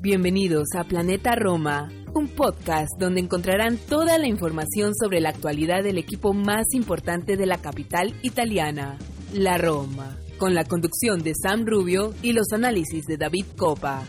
Bienvenidos a Planeta Roma, un podcast donde encontrarán toda la información sobre la actualidad del equipo más importante de la capital italiana, la Roma, con la conducción de Sam Rubio y los análisis de David Copa.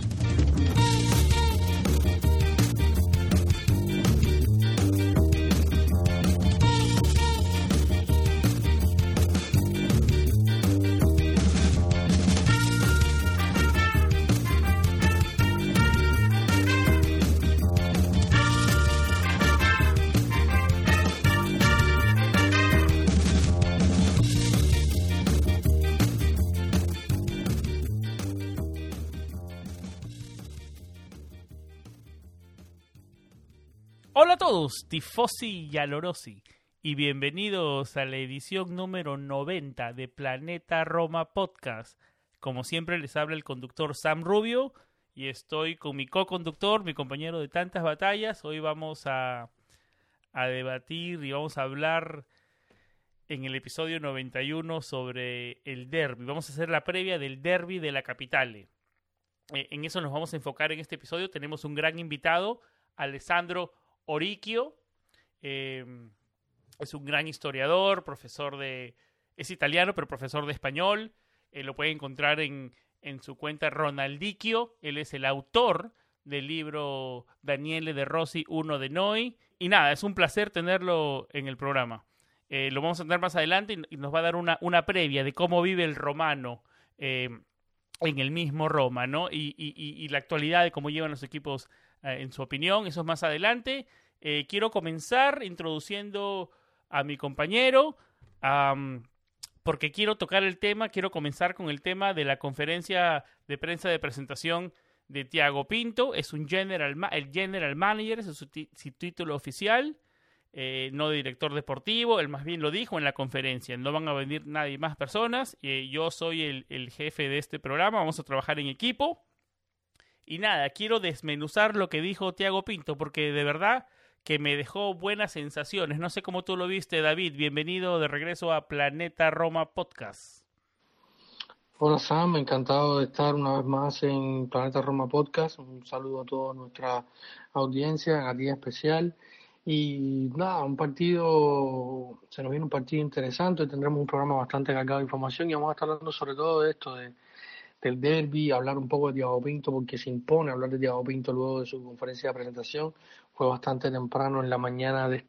Hola a todos, tifosi y alorosi, y bienvenidos a la edición número 90 de Planeta Roma Podcast. Como siempre les habla el conductor Sam Rubio y estoy con mi co-conductor, mi compañero de tantas batallas. Hoy vamos a debatir y vamos a hablar en el episodio 91 sobre el derbi. Vamos a hacer la previa del derbi de la Capitale. En eso nos vamos a enfocar en este episodio. Tenemos un gran invitado, Alessandro Oricchio. Es un gran historiador, es italiano, pero profesor de español. Lo puede encontrar en su cuenta Ronaldicchio. Él es el autor del libro Daniele de Rossi, Uno de Noi. Y nada, es un placer tenerlo en el programa. Lo vamos a tener más adelante y nos va a dar una previa de cómo vive el romano en el mismo Roma, ¿no? Y la actualidad de cómo llevan los equipos en su opinión. Eso es más adelante. Quiero comenzar introduciendo a mi compañero, porque quiero comenzar con el tema de la conferencia de prensa de presentación de Thiago Pinto. Es el general manager, ese es su título oficial, no de director deportivo. Él más bien lo dijo en la conferencia: no van a venir nadie más personas, yo soy el jefe de este programa, vamos a trabajar en equipo. Y nada, quiero desmenuzar lo que dijo Thiago Pinto, porque de verdad que me dejó buenas sensaciones. No sé cómo tú lo viste, David. Bienvenido de regreso a Planeta Roma Podcast. Hola Sam, encantado de estar una vez más en Planeta Roma Podcast. Un saludo a toda nuestra audiencia, a ti especial. Y nada, se nos viene un partido interesante. Tendremos un programa bastante cargado de información y vamos a estar hablando sobre todo de esto, del derbi, hablar un poco de Thiago Pinto, porque se impone hablar de Thiago Pinto luego de su conferencia de presentación. Fue bastante temprano en la mañana de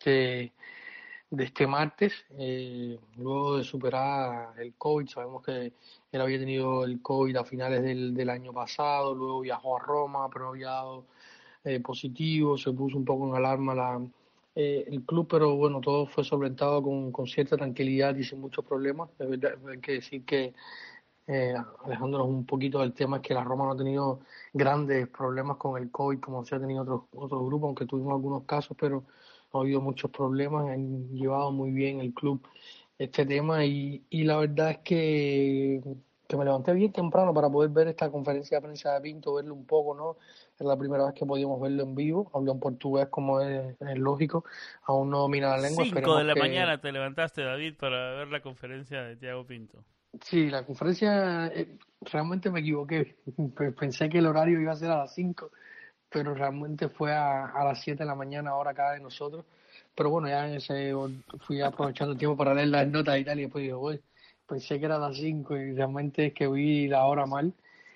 este martes, luego de superar el COVID. Sabemos que él había tenido el COVID a finales del año pasado, luego viajó a Roma, pero había dado positivo, se puso un poco en alarma el club, pero bueno, todo fue solventado con cierta tranquilidad y sin muchos problemas. Es verdad, hay que decir que alejándonos un poquito del tema, es que la Roma no ha tenido grandes problemas con el COVID como se ha tenido otros grupos, aunque tuvimos algunos casos, pero ha habido muchos problemas. Han llevado muy bien el club este tema y la verdad es que me levanté bien temprano para poder ver esta conferencia de prensa de Pinto, verlo un poco, ¿no? Es la primera vez que podíamos verlo en vivo. Habló en portugués, como es lógico, aún no domina la lengua. 5 de la mañana te levantaste, David, para ver la conferencia de Thiago Pinto. Sí, la conferencia, realmente me equivoqué. Pensé que el horario iba a ser a las 5, pero realmente fue a las 7 de la mañana, ahora acá de nosotros. Pero bueno, fui aprovechando el tiempo para leer las notas y tal, y después digo, bueno, pensé que era a las 5 y realmente es que vi la hora mal.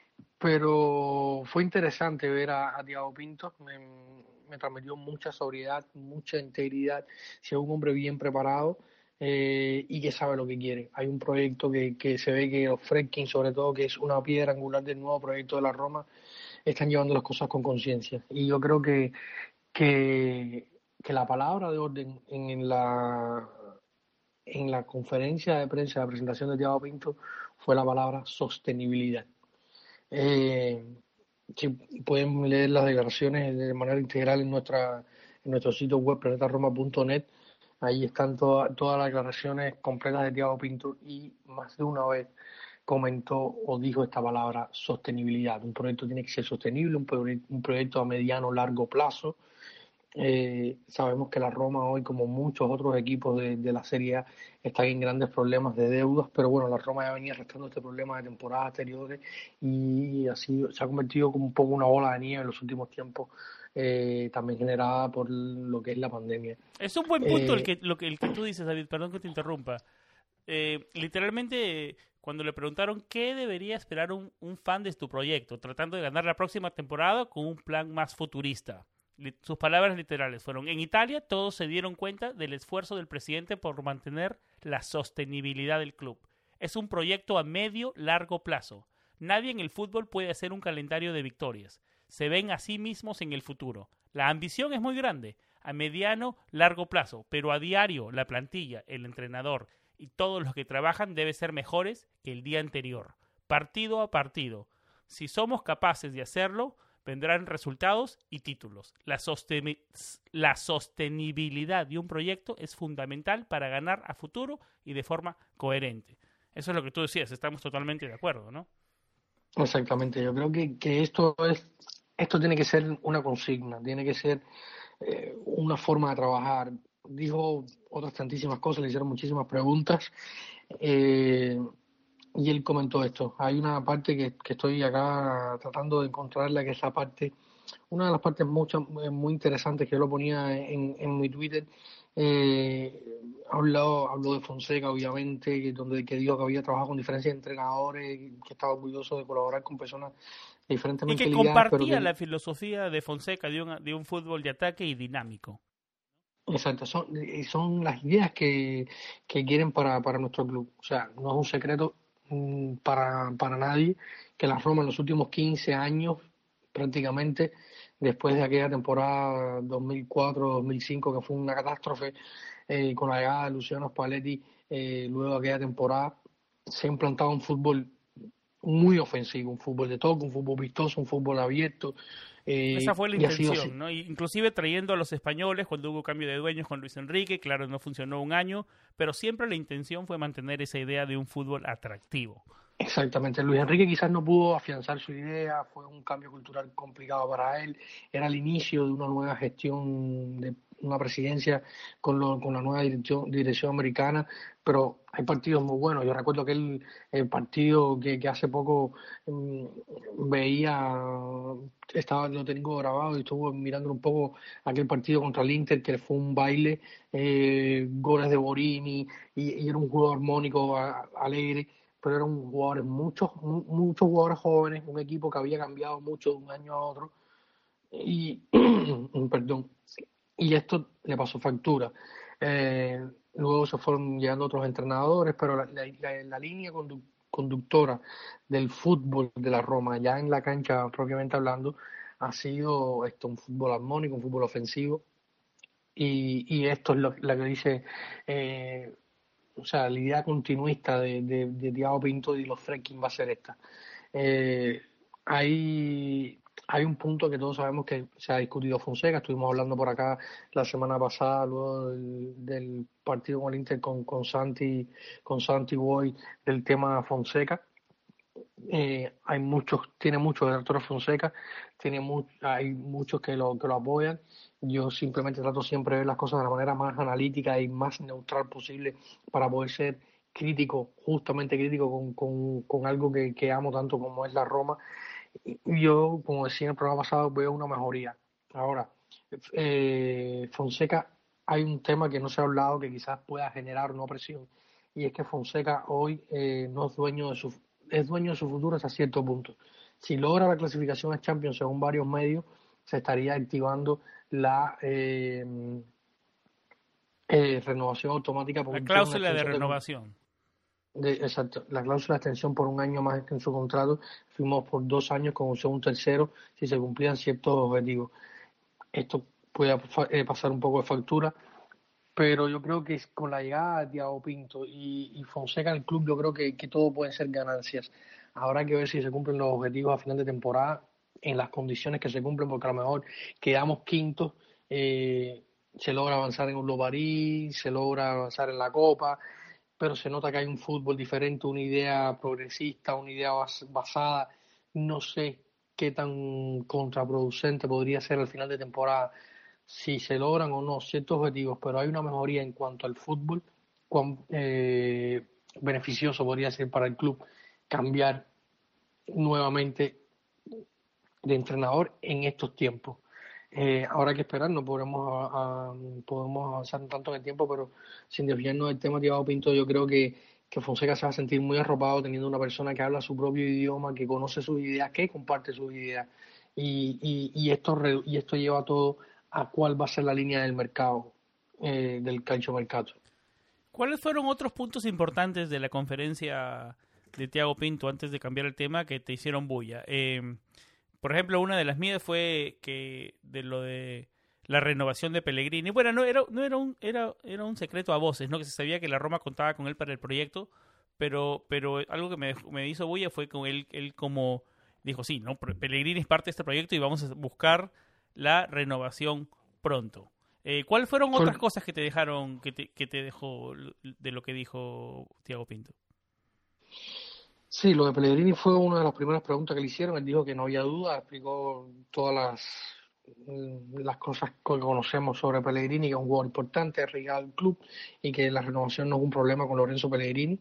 Pero fue interesante ver a Thiago Pinto. Me transmitió mucha sobriedad, mucha integridad. Si es un hombre bien preparado y que sabe lo que quiere. Hay un proyecto que se ve que los Fredkin, sobre todo, que es una piedra angular del nuevo proyecto de la Roma, están llevando las cosas con conciencia. Y yo creo que la palabra de orden en la conferencia de prensa de presentación de Thiago Pinto fue la palabra sostenibilidad. Si pueden leer las declaraciones de manera integral en nuestro sitio web planetaroma.net. Ahí están todas las declaraciones completas de Thiago Pinto y más de una vez comentó o dijo esta palabra sostenibilidad. Un proyecto tiene que ser sostenible, un proyecto a mediano largo plazo, Sabemos que la Roma hoy, como muchos otros equipos de la Serie A, están en grandes problemas de deudas, pero bueno, la Roma ya venía arrastrando este problema de temporadas anteriores y así se ha convertido como un poco una bola de nieve en los últimos tiempos, también generada por lo que es la pandemia. Es un buen punto el que tú dices, David, perdón que te interrumpa. Literalmente, cuando le preguntaron qué debería esperar un fan de tu proyecto, tratando de ganar la próxima temporada con un plan más futurista. Sus palabras literales fueron: en Italia todos se dieron cuenta del esfuerzo del presidente por mantener la sostenibilidad del club. Es un proyecto a medio, largo plazo. Nadie en el fútbol puede hacer un calendario de victorias. Se ven a sí mismos en el futuro. La ambición es muy grande, a mediano, largo plazo, pero a diario la plantilla, el entrenador y todos los que trabajan deben ser mejores que el día anterior, partido a partido. Si somos capaces de hacerlo, vendrán resultados y títulos. La sostenibilidad de un proyecto es fundamental para ganar a futuro y de forma coherente. Eso es lo que tú decías, estamos totalmente de acuerdo, ¿no? Exactamente, yo creo que esto tiene que ser una consigna, tiene que ser una forma de trabajar. Dijo otras tantísimas cosas, le hicieron muchísimas preguntas, y él comentó esto. Hay una parte que estoy acá tratando de encontrarla, que es la parte, una de las partes muy interesantes que yo lo ponía en mi Twitter. Habló de Fonseca, obviamente, que dijo que había trabajado con diferentes entrenadores, que estaba orgulloso de colaborar con personas de diferentes Y que mentalidades, pero compartía que, la filosofía de Fonseca de un fútbol de ataque y dinámico. exacto, son las ideas que quieren para nuestro club. O sea, no es un secreto para nadie que la Roma en los últimos 15 años, prácticamente, después de aquella temporada 2004-2005, que fue una catástrofe, con la llegada de Luciano Spalletti, luego de aquella temporada, se ha implantado un fútbol muy ofensivo, un fútbol de toque, un fútbol vistoso, un fútbol abierto, Esa fue la y ha sido así. intención, ¿no? Inclusive trayendo a los españoles cuando hubo cambio de dueños con Luis Enrique, claro, no funcionó un año, pero siempre la intención fue mantener esa idea de un fútbol atractivo. Exactamente, Luis Enrique quizás no pudo afianzar su idea, fue un cambio cultural complicado para él, era el inicio de una nueva gestión, de una presidencia con la nueva dirección americana, pero hay partidos muy buenos. Yo recuerdo el partido que hace poco veía, lo tengo grabado y estuve mirando un poco aquel partido contra el Inter, que fue un baile, goles de Borini, y era un juego armónico, alegre, pero eran jugadores, muchos jugadores jóvenes, un equipo que había cambiado mucho de un año a otro, y perdón, y esto le pasó factura. Luego se fueron llegando otros entrenadores, pero la línea conductora del fútbol de la Roma, ya en la cancha propiamente hablando, ha sido un fútbol armónico, un fútbol ofensivo, y esto es lo que dice, o sea, la idea continuista de Thiago Pinto y los Fredkin va a ser esta. Eh, hay un punto que todos sabemos que se ha discutido Fonseca. Estuvimos hablando por acá la semana pasada, luego del partido con el Inter con Santi Boy, del tema Fonseca. Tiene muchos detractores Fonseca, hay muchos que lo apoyan. Yo simplemente trato siempre de ver las cosas de la manera más analítica y más neutral posible para poder ser crítico, justamente crítico con algo que amo tanto como es la Roma. Y yo, como decía en el programa pasado, veo una mejoría. Ahora, Fonseca, hay un tema que no se ha hablado que quizás pueda generar una presión, y es que Fonseca hoy no es dueño de su futuro hasta cierto punto. Si logra la clasificación a Champions según varios medios, se estaría activando la renovación automática La por una cláusula de extensión renovación. exacto, la cláusula de extensión por un año más que en su contrato, firmó por 2 años con opción un tercero si se cumplían ciertos objetivos. Esto puede pasar un poco de factura, pero yo creo que con la llegada de Thiago Pinto y Fonseca al club, yo creo que todo pueden ser ganancias. Habrá que ver si se cumplen los objetivos a final de temporada en las condiciones que se cumplen, porque a lo mejor quedamos quintos, se logra avanzar en Europa París, se logra avanzar en la Copa, pero se nota que hay un fútbol diferente, una idea progresista, una idea basada. No sé qué tan contraproducente podría ser al final de temporada si se logran o no ciertos objetivos, pero hay una mejoría en cuanto al fútbol, cuán beneficioso podría ser para el club cambiar nuevamente de entrenador en estos tiempos. Ahora hay que esperar, no podemos avanzar tanto en el tiempo, pero sin desviarnos del tema Thiago Pinto, yo creo que Fonseca se va a sentir muy arropado teniendo una persona que habla su propio idioma, que conoce sus ideas, que comparte sus ideas, y esto lleva todo a cuál va a ser la línea del mercado, del calciomercato. ¿Cuáles fueron otros puntos importantes de la conferencia de Thiago Pinto antes de cambiar el tema que te hicieron bulla? Por ejemplo, una de las mías fue que de lo de la renovación de Pellegrini. Bueno, era un secreto a voces, ¿no? Que se sabía que la Roma contaba con él para el proyecto, pero algo que me hizo bulla fue con él como dijo, sí, no, Pellegrini es parte de este proyecto y vamos a buscar la renovación pronto. ¿Cuáles fueron otras cosas que te dejaron, que te dejó de lo que dijo Thiago Pinto? Sí, lo de Pellegrini fue una de las primeras preguntas que le hicieron. Él dijo que no había duda, explicó todas las cosas que conocemos sobre Pellegrini, que es un jugador importante, arriesgado al club y que la renovación no es un problema con Lorenzo Pellegrini.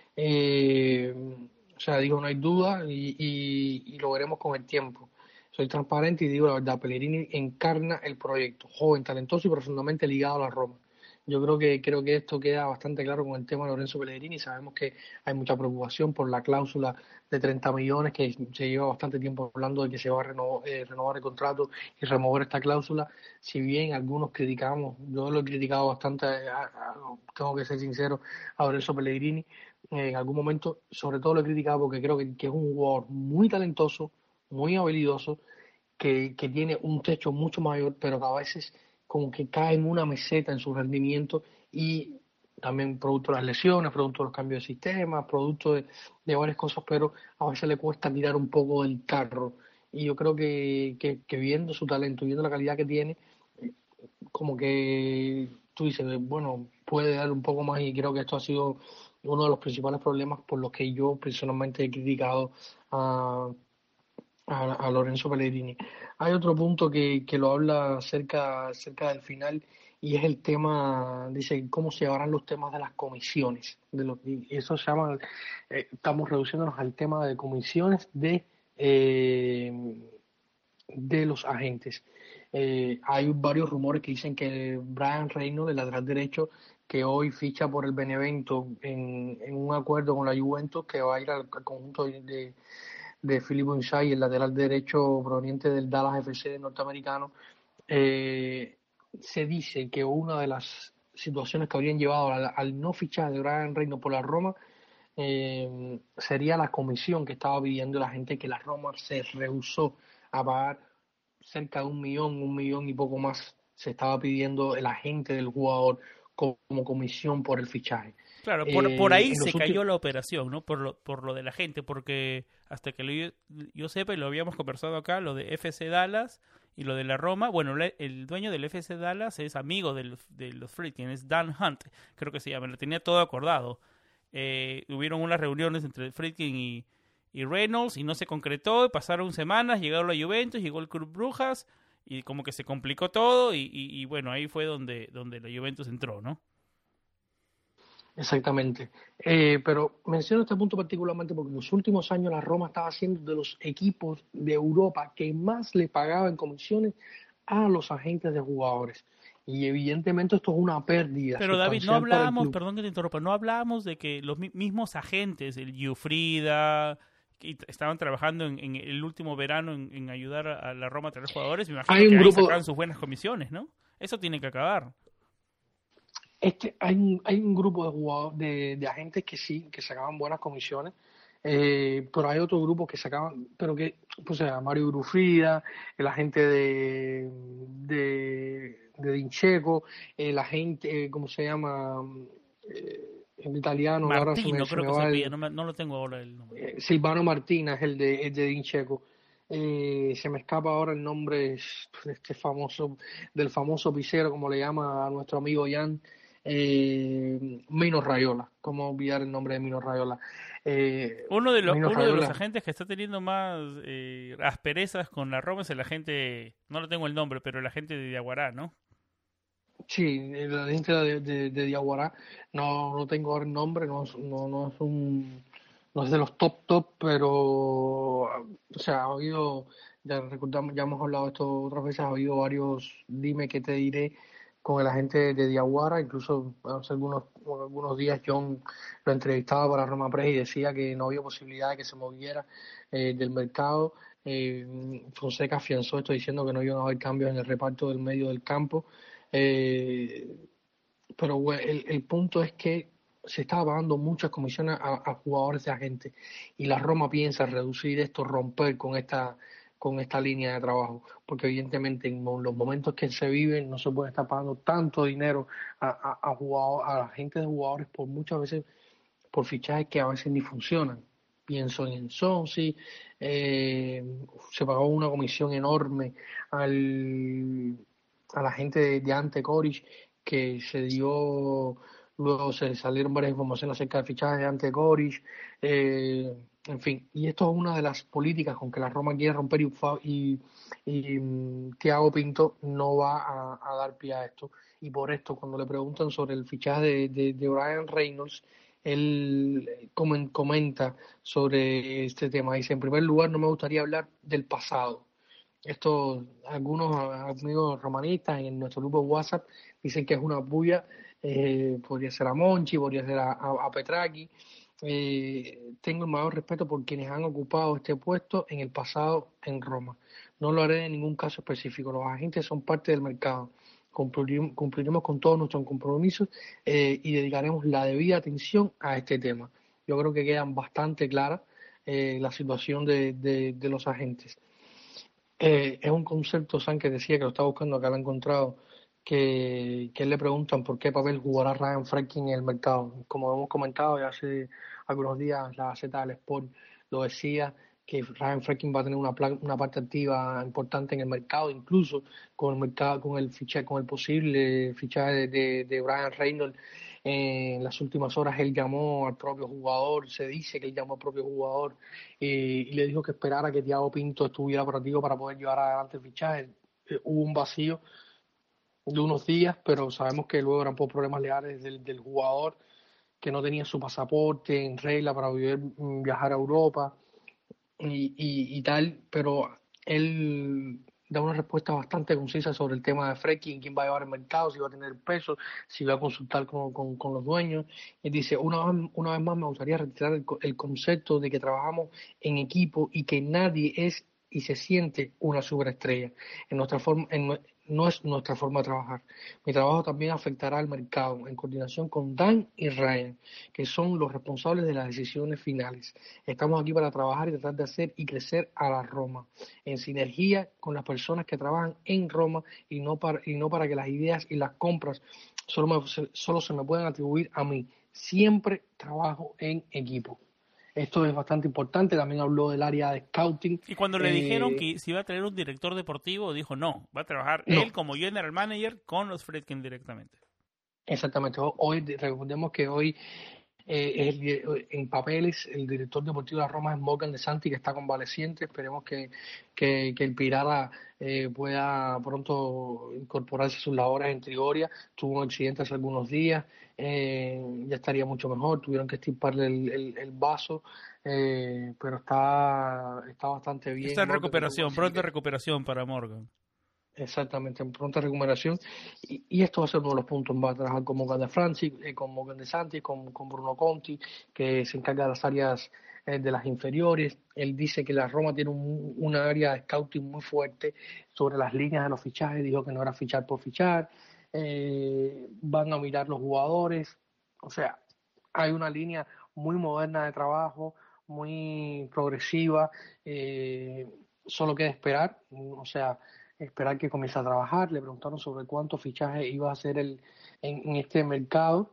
O sea, dijo no hay duda y lo veremos con el tiempo. Soy transparente y digo la verdad, Pellegrini encarna el proyecto, joven, talentoso y profundamente ligado a la Roma. Yo creo que esto queda bastante claro con el tema de Lorenzo Pellegrini. Sabemos que hay mucha preocupación por la cláusula de 30 millones, que se lleva bastante tiempo hablando de que se va a renovar el contrato y remover esta cláusula. Si bien algunos criticamos, yo lo he criticado bastante, tengo que ser sincero, a Lorenzo Pellegrini. En algún momento, sobre todo lo he criticado porque creo que es un jugador muy talentoso, muy habilidoso, que tiene un techo mucho mayor, pero que a veces como que cae en una meseta en su rendimiento y también producto de las lesiones, producto de los cambios de sistema, producto de varias cosas, pero a veces le cuesta tirar un poco del carro. Y yo creo que viendo su talento, viendo la calidad que tiene, como que tú dices, bueno, puede dar un poco más y creo que esto ha sido uno de los principales problemas por los que yo personalmente he criticado a Lorenzo Pellegrini. Hay otro punto que lo habla cerca del final y es el tema, dice, cómo se llevarán los temas de las comisiones. Y eso se llama, estamos reduciéndonos al tema de comisiones de los agentes. Hay varios rumores que dicen que Bryan Reynolds, el lateral derecho, que hoy ficha por el Benevento en un acuerdo con la Juventus, que va a ir al conjunto de Filippo Inzaghi, el lateral derecho proveniente del Dallas FC norteamericano, se dice que una de las situaciones que habrían llevado al no fichaje de Bryan Reynolds por la Roma sería la comisión que estaba pidiendo la gente, que la Roma se rehusó a pagar cerca de 1 millón y poco más se estaba pidiendo el agente del jugador como comisión por el fichaje. Claro, por ahí se cayó la operación, ¿no? Por lo de la gente, porque hasta que yo sepa, y lo habíamos conversado acá, lo de FC Dallas y lo de la Roma, bueno, el dueño del FC Dallas es amigo de los Friedkin, es Dan Hunt, creo que se llama, lo tenía todo acordado. Hubieron unas reuniones entre Friedkin y Reynolds y no se concretó, pasaron semanas, llegaron la Juventus, llegó el Club Brujas y como que se complicó todo y bueno, ahí fue donde la Juventus entró, ¿no? Exactamente. Pero menciono este punto particularmente porque en los últimos años la Roma estaba siendo de los equipos de Europa que más le pagaba en comisiones a los agentes de jugadores. Y evidentemente esto es una pérdida. Pero David, no hablamos, perdón que te interrumpa, no hablamos de que los mismos agentes, el Giuffrida, que estaban trabajando en el último verano en ayudar a la Roma a traer jugadores, me imagino que ahí sacaban sus buenas comisiones, ¿no? Eso tiene que acabar. Hay un grupo de jugadores, de agentes que sí, que sacaban buenas comisiones, pero hay otro grupo que sacaban, pero que, pues, Mario Grufrida, el agente de Dincheco, el agente, ¿cómo se llama? En italiano, Martino, ahora creo que se pide, no lo tengo ahora el nombre. Silvano Martina es el de Dincheco. Se me escapa ahora el nombre del famoso pisero, como le llama a nuestro amigo Jan. Mino Raiola. ¿Cómo olvidar el nombre de Mino Raiola? Uno de Mino los Raiola, agentes que está teniendo más asperezas con la Roma es el agente, no lo tengo el nombre, pero el agente de Diaguará, ¿no? sí, la gente de Diaguará, no tengo ahora el nombre, no es no es de los top, pero, o sea, ha habido, ya recordamos, ya hemos hablado de esto otras veces, ha habido varios dime que te diré con el agente de Diaguara, incluso hace algunos días John lo entrevistaba para Roma Press y decía que no había posibilidad de que se moviera del mercado. Fonseca afianzó esto diciendo que no iban a haber cambios en el reparto del medio del campo. Eh, pero bueno, el punto es que se estaba pagando muchas comisiones a jugadores de agentes y la Roma piensa reducir esto, romper con esta línea de trabajo, porque evidentemente en los momentos que se viven no se puede estar pagando tanto dinero a la gente de jugadores por muchas veces por fichajes que a veces ni funcionan. Pienso en Sonsi, se pagó una comisión enorme a la gente de Ante Coric que se dio, luego se salieron varias informaciones acerca del fichaje de Ante Coric, en fin, y esto es una de las políticas con que la Roma quiere romper y Thiago Pinto no va a dar pie a esto, y por esto cuando le preguntan sobre el fichaje de Brian Reynolds, él comenta sobre este tema. Dice, en primer lugar, no me gustaría hablar del pasado. Esto, algunos amigos romanistas en nuestro grupo de WhatsApp dicen que es una bulla, podría ser a Monchi, podría ser a Petraki. Tengo el mayor respeto por quienes han ocupado este puesto en el pasado en Roma. No lo haré en ningún caso específico. Los agentes son parte del mercado. Cumpliremos con todos nuestros compromisos y dedicaremos la debida atención a este tema. Yo creo que quedan bastante claras la situación de los agentes. Es un concepto, San, que decía que lo está buscando, acá lo ha encontrado, que le preguntan por qué papel jugará Ryan Franklin en el mercado. Como hemos comentado ya hace algunos días, la Gaceta del Sport lo decía, que Ryan Franklin va a tener una parte activa importante en el mercado, incluso con el mercado, con el posible fichaje de Brian Reynolds. En las últimas horas él llamó al propio jugador, se dice que él llamó al propio jugador y le dijo que esperara que Thiago Pinto estuviera operativo para poder llevar adelante el fichaje. Hubo un vacío de unos días, pero sabemos que luego eran por problemas legales del jugador, que no tenía su pasaporte en regla para poder viajar a Europa y tal, pero él da una respuesta bastante concisa sobre el tema de Frekkie, quién va a llevar el mercado, si va a tener peso, si va a consultar con los dueños. Él dice, una vez más me gustaría retirar el concepto de que trabajamos en equipo y que nadie es y se siente una superestrella. En nuestra forma, no es nuestra forma de trabajar. Mi trabajo también afectará al mercado en coordinación con Dan y Ryan, que son los responsables de las decisiones finales. Estamos aquí para trabajar y tratar de hacer y crecer a la Roma, en sinergia con las personas que trabajan en Roma y no para que las ideas y las compras solo se me puedan atribuir a mí. Siempre trabajo en equipo. Esto es bastante importante. También habló del área de scouting. Y cuando le dijeron que se iba a traer un director deportivo, dijo no, va a trabajar No, él como general manager con los Friedkin directamente. exactamente. Hoy, recordemos que hoy en papeles el director deportivo de la Roma es Morgan De Santi, que está convaleciente. Esperemos que el Pirata pueda pronto incorporarse a sus labores en Trigoria. Tuvo un accidente hace algunos días, ya estaría mucho mejor. Tuvieron que estirparle el vaso, pero está bastante Está bien. en Morgan, que recuperación, pronta recuperación para Morgan. exactamente, en pronta recuperación. Y esto va a ser uno de los puntos. Va a trabajar con Morgan de Francis, con Morgan de Santi, con Bruno Conti, que se encarga de las áreas de las inferiores. Él dice que la Roma tiene una área de scouting muy fuerte sobre las líneas de los fichajes. Dijo que no era fichar por fichar. Van a mirar los jugadores. O sea, hay una línea muy moderna de trabajo, muy progresiva. Solo queda esperar. O sea, esperar que comience a trabajar. Le preguntaron sobre cuántos fichajes iba a hacer en este mercado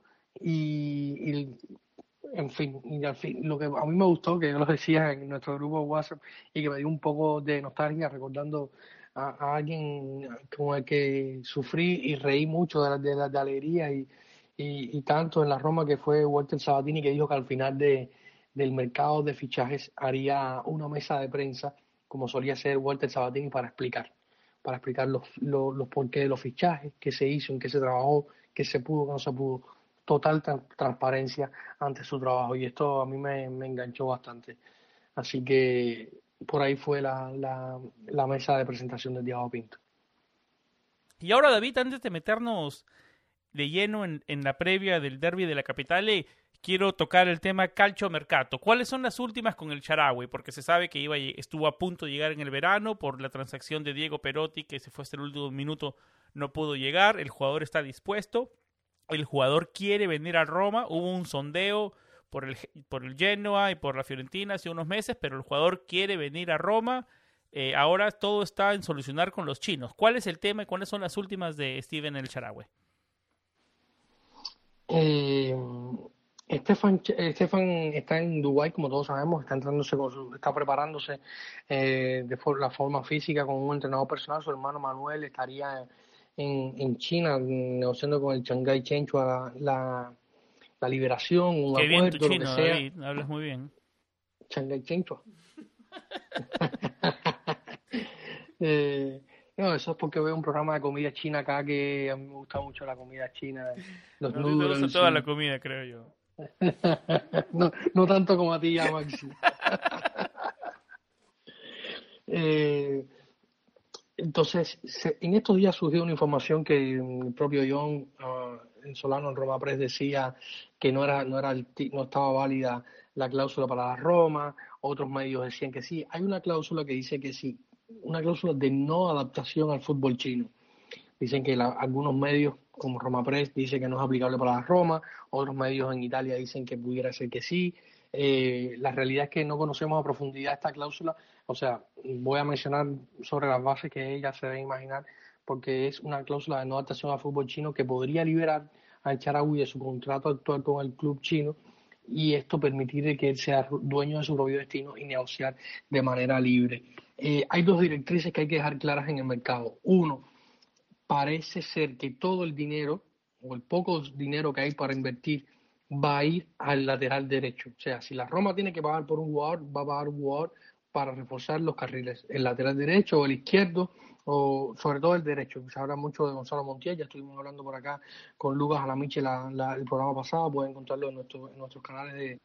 y en fin, y al fin, lo que a mí me gustó, que yo lo decía en nuestro grupo de WhatsApp y que me dio un poco de nostalgia recordando a alguien con el que sufrí y reí mucho de alegría y tanto en la Roma, que fue Walter Sabatini, que dijo que al final del mercado de fichajes haría una mesa de prensa, como solía hacer Walter Sabatini, para explicar los porqués de los fichajes, qué se hizo, en qué se trabajó, qué se pudo, qué no se pudo. Total transparencia ante su trabajo, y esto a mí me enganchó bastante. Así que por ahí fue la mesa de presentación de Thiago Pinto. Y ahora, David, antes de meternos de lleno en la previa del derbi de la Capitale, quiero tocar el tema calciomercato. ¿Cuáles son las últimas con el Shaarawy? Porque se sabe que estuvo a punto de llegar en el verano por la transacción de Diego Perotti, que se fue hasta el último minuto, no pudo llegar. El jugador está dispuesto. El jugador quiere venir a Roma. Hubo un sondeo por el Genoa y por la Fiorentina hace unos meses, pero el jugador quiere venir a Roma. Ahora todo está en solucionar con los chinos. ¿Cuál es el tema y cuáles son las últimas de Steven el Shaarawy? Estefan está en Dubái, como todos sabemos, está preparándose la forma física con un entrenador personal. Su hermano Manuel estaría en China negociando con el Shanghai Shenhua la liberación, un Qué acuerdo, bien tu chino, lo que sea. David, hablas muy bien. Shanghai Shenhua. No, eso es porque veo un programa de comida china acá, que a mí me gusta mucho la comida china, los No, a ti te gusta noodles. toda la comida, creo yo. No tanto como a ti ya, Maxi. Entonces, en estos días surgió una información que el propio John en Solano en Roma Press decía que no estaba válida la cláusula para la Roma. Otros medios decían que sí. Hay una cláusula que dice que sí, una cláusula de no adaptación al fútbol chino. Dicen que algunos medios, como Roma Press, dicen que no es aplicable para la Roma. Otros medios en Italia dicen que pudiera ser que sí. La realidad es que no conocemos a profundidad esta cláusula. O sea, voy a mencionar sobre las bases que ella se debe imaginar, porque es una cláusula de no adaptación al fútbol chino que podría liberar al Shaarawy de su contrato actual con el club chino, y esto permitir que él sea dueño de su propio destino y negociar de manera libre. Hay dos directrices que hay que dejar claras en el mercado. Uno, parece ser que todo el dinero o el poco dinero que hay para invertir va a ir al lateral derecho. O sea, si la Roma tiene que pagar por un jugador, va a pagar un jugador para reforzar los carriles, el lateral derecho o el izquierdo, o sobre todo el derecho. Se habla mucho de Gonzalo Montiel, ya estuvimos hablando por acá con Lucas Alamiche el programa pasado, pueden encontrarlo en nuestros canales de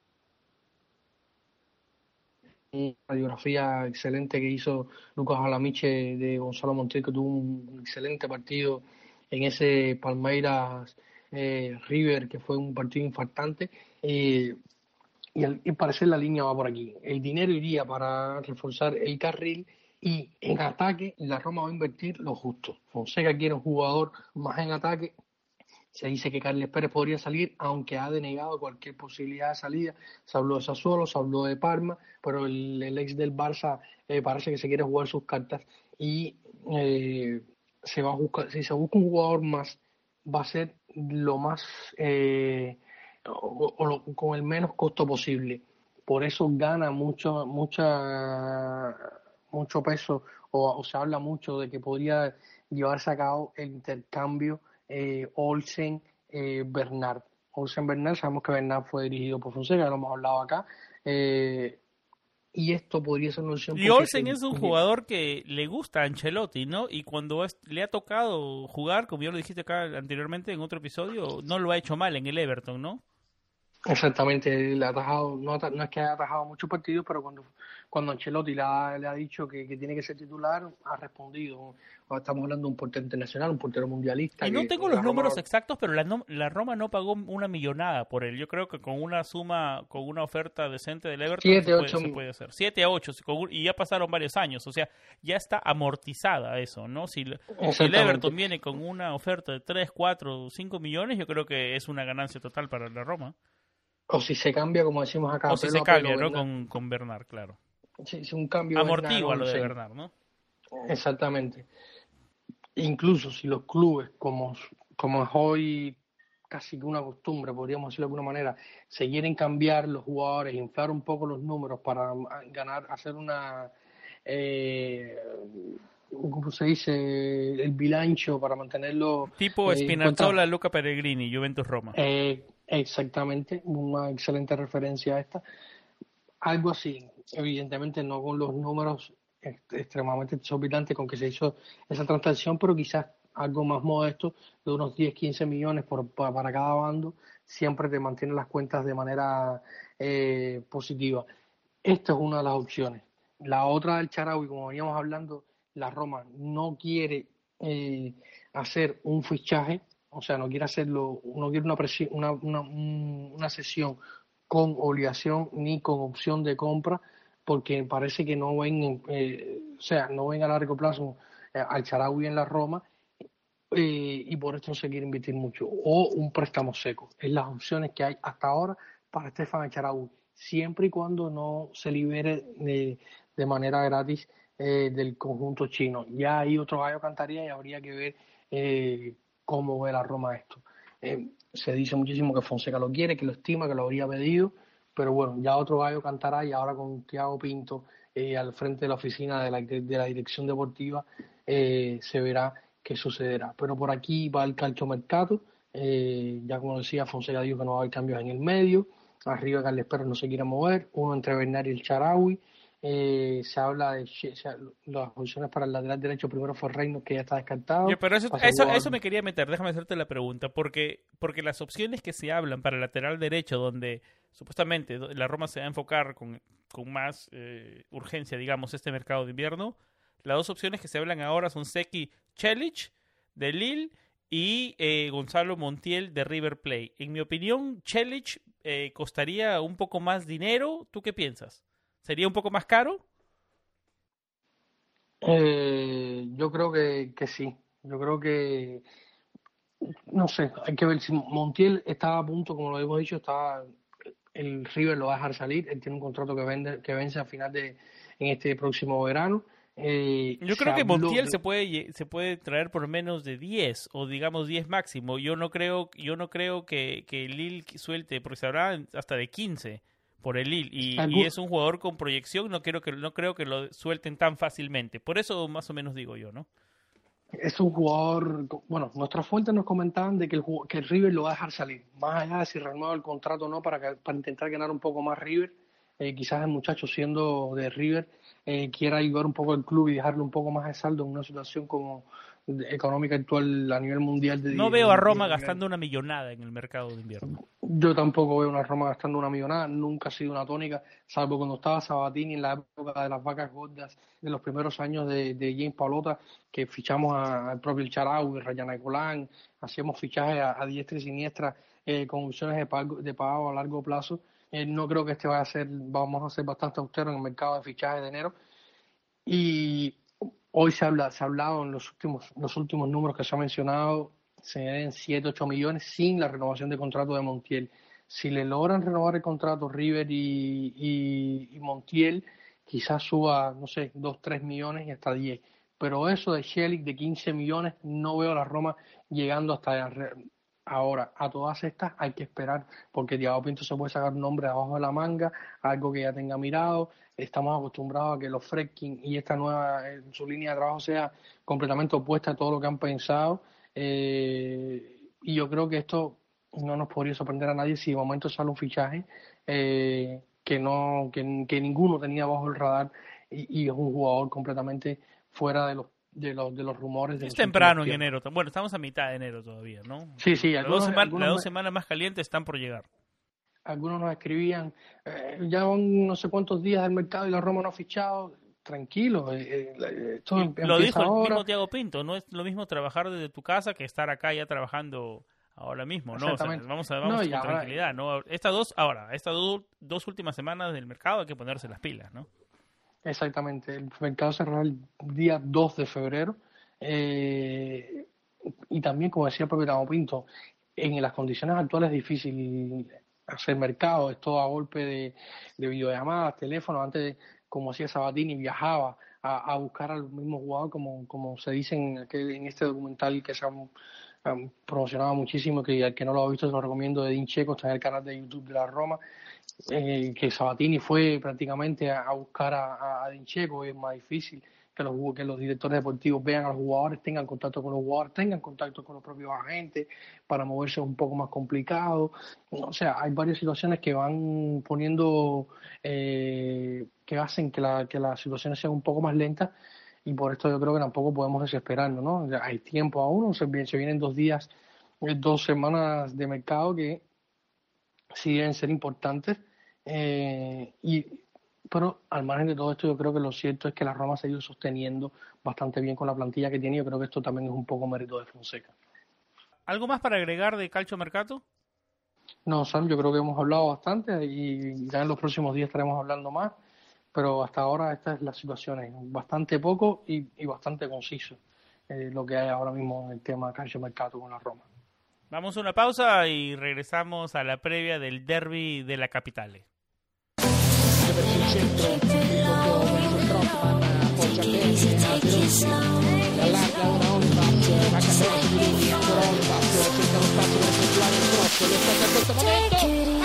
una radiografía excelente que hizo Lucas Alamiche de Gonzalo Montiel, que tuvo un excelente partido en ese Palmeiras River, que fue un partido infartante. Y al parecer la línea va por aquí. El dinero iría para reforzar el carril, y en ataque la Roma va a invertir lo justo. Fonseca quiere un jugador más en ataque. Se dice que Carles Pérez podría salir, aunque ha denegado cualquier posibilidad de salida. Se habló de Sassuolo, se habló de Parma, pero el ex del Barça parece que se quiere jugar sus cartas, y se va a buscar, si se busca un jugador más, va a ser lo más con el menos costo posible. Por eso gana mucho peso, o se habla mucho de que podría llevarse a cabo el intercambio Olsen-Bernard. Olsen-Bernard, sabemos que Bernard fue dirigido por Fonseca, lo hemos hablado acá, y esto podría ser una opción. Y Olsen es un jugador que le gusta a Ancelotti, ¿no? Y cuando le ha tocado jugar, como ya lo dijiste acá anteriormente en otro episodio, no lo ha hecho mal en el Everton, ¿no? Exactamente, le ha atajado, no es que haya atajado muchos partidos, pero cuando Ancelotti le ha dicho que tiene que ser titular, ha respondido. Estamos hablando de un portero internacional, un portero mundialista. Y no tengo los números exactos, pero la Roma no pagó una millonada por él. Yo creo que con una oferta decente del Everton se puede hacer. 7 a 8, y ya pasaron varios años, o sea, ya está amortizada eso, ¿no? Si el Everton viene con una oferta de 3, 4, 5 millones, yo creo que es una ganancia total para la Roma. O si se cambia, como decimos acá. O si se cambia, ¿no? Con Bernard, claro. Sí, un cambio. Amortigua lo de Bernard, ¿no? Exactamente. Incluso si los clubes, como es hoy casi que una costumbre, podríamos decirlo de alguna manera, se quieren cambiar los jugadores, inflar un poco los números para ganar, hacer ¿cómo se dice? El bilancio para mantenerlo Tipo en cuenta. Spinazzola, Luca Pellegrini, Juventus Roma. Exactamente, una excelente referencia a esta. Algo así, evidentemente no con los números extremadamente exorbitantes con que se hizo esa transacción, pero quizás algo más modesto, de unos 10, 15 millones para cada bando, siempre te mantiene las cuentas de manera positiva. Esta es una de las opciones. La otra del Shaarawy, como veníamos hablando, la Roma no quiere hacer un fichaje, o sea, no quiere hacerlo, no quiere una sesión con obligación ni con opción de compra, porque parece que no ven, o sea, no ven a largo plazo al Shaarawy en la Roma, y por esto no se quiere invertir mucho. O un préstamo seco. Es las opciones que hay hasta ahora para Stefan Shaarawy, siempre y cuando no se libere de manera gratis del conjunto chino. Ya ahí otro gallo cantaría y habría que ver cómo ve la Roma esto. Se dice muchísimo que Fonseca lo quiere, que lo estima, que lo habría pedido, pero bueno, ya otro gallo cantará, y ahora con Thiago Pinto al frente de la oficina de la dirección deportiva se verá qué sucederá. Pero por aquí va el calciomercato. Ya como decía, Fonseca dijo que no va a haber cambios en el medio. Arriba Carles Pérez no se quiere mover. Uno entre Bernard y el Shaarawy. Se habla de las posiciones para el lateral derecho. Primero fue Reynolds, que ya está descartado. Oye, pero eso me quería meter. Déjame hacerte la pregunta. Porque las opciones que se hablan para el lateral derecho, donde supuestamente la Roma se va a enfocar con más urgencia, digamos, este mercado de invierno, las dos opciones que se hablan ahora son Zeki Celic de Lille y Gonzalo Montiel de River Plate. En mi opinión, Celic costaría un poco más dinero. ¿Tú qué piensas? ¿Sería un poco más caro? Yo creo que sí. Yo creo que, no sé, hay que ver si Montiel está a punto, como lo hemos dicho, el River lo va a dejar salir. Él tiene un contrato que vence a final en este próximo verano. Yo Se creo que habló Montiel se puede traer por menos de 10 o digamos 10 máximo. Yo no creo que Lille suelte, porque se habrá hasta de 15 por el Lille y es un jugador con proyección. No creo que lo suelten tan fácilmente. Por eso más o menos digo yo, ¿no? Es un jugador, bueno, nuestras fuentes nos comentaban de que el River lo va a dejar salir, más allá de si renueva el contrato o no, para intentar ganar un poco más River. Quizás el muchacho, siendo de River, quiera ayudar un poco al club y dejarle un poco más de saldo en una situación como económica actual a nivel mundial No veo a Roma gastando una millonada en el mercado de invierno. Yo tampoco veo una Roma gastando una millonada, nunca ha sido una tónica, salvo cuando estaba Sabatini en la época de las vacas gordas, de los primeros años de James Palota, que fichamos al propio El Shaarawy, Rayana Colán, hacíamos fichajes a diestra y siniestra con opciones de pago a largo plazo. No creo que vamos a ser bastante austeros en el mercado de fichajes de enero. Y hoy se ha hablado en los últimos números que se ha mencionado, se den 7, 8 millones sin la renovación de contrato de Montiel. Si le logran renovar el contrato River y Montiel, quizás suba, no sé, 2, 3 millones y hasta 10. Pero eso de Celic de 15 millones, no veo a la Roma llegando hasta allá. Ahora, a todas estas hay que esperar, porque Thiago Pinto se puede sacar un nombre de abajo de la manga, algo que ya tenga mirado. Estamos acostumbrados a que los Fredkin y esta nueva, su línea de trabajo sea completamente opuesta a todo lo que han pensado. Y yo creo que esto no nos podría sorprender a nadie si de momento sale un fichaje que ninguno tenía bajo el radar, y es un jugador completamente fuera de los rumores. Es temprano en enero. Bueno, estamos a mitad de enero todavía, ¿no? Sí. Las dos semanas más calientes están por llegar. Algunos nos escribían, ya van no sé cuántos días del mercado y la Roma no ha fichado. Tranquilo, lo dijo el mismo Thiago Pinto, no es lo mismo trabajar desde tu casa que estar acá ya trabajando ahora mismo, ¿no? O sea, vamos con tranquilidad, ¿no? Estas dos últimas semanas del mercado hay que ponerse las pilas, ¿no? Exactamente, el mercado cerrará el día 2 de febrero, y también, como decía el propio Thiago Pinto, en las condiciones actuales es difícil hacer mercado, es todo a golpe de videollamadas, teléfonos. Antes, como hacía Sabatini, viajaba a buscar al mismo jugador, como se dice en este documental que se han promocionado muchísimo, que al que no lo ha visto se lo recomiendo, de Edin Dzeko, está en el canal de YouTube de la Roma, que Sabatini fue prácticamente a buscar a Edin Dzeko. Es más difícil, que los directores deportivos vean a los jugadores, tengan contacto con los jugadores, tengan contacto con los propios agentes para moverse un poco más complicado. O sea, hay varias situaciones que van poniendo, que hacen que las situaciones sean un poco más lentas, y por esto yo creo que tampoco podemos desesperarnos, ¿no? Ya hay tiempo aún, se vienen 2 días, 2 semanas de mercado que sí deben ser importantes, pero al margen de todo esto yo creo que lo cierto es que la Roma se ha ido sosteniendo bastante bien con la plantilla que tiene. Yo creo que esto también es un poco mérito de Fonseca. ¿Algo más para agregar de Calciomercato? No, Sam, yo creo que hemos hablado bastante y ya en los próximos días estaremos hablando más, pero hasta ahora esta es la situación, es bastante poco y bastante conciso lo que hay ahora mismo en el tema Calciomercato con la Roma. Vamos a una pausa y regresamos a la previa del derby de la Capitale. Verso il centro, verso Strootman, appoggia bene, allarga ora Olivas, va a cambiare subito per Olivas, cerca lo spazio per effettuare il cross, lo aspetta in questo momento,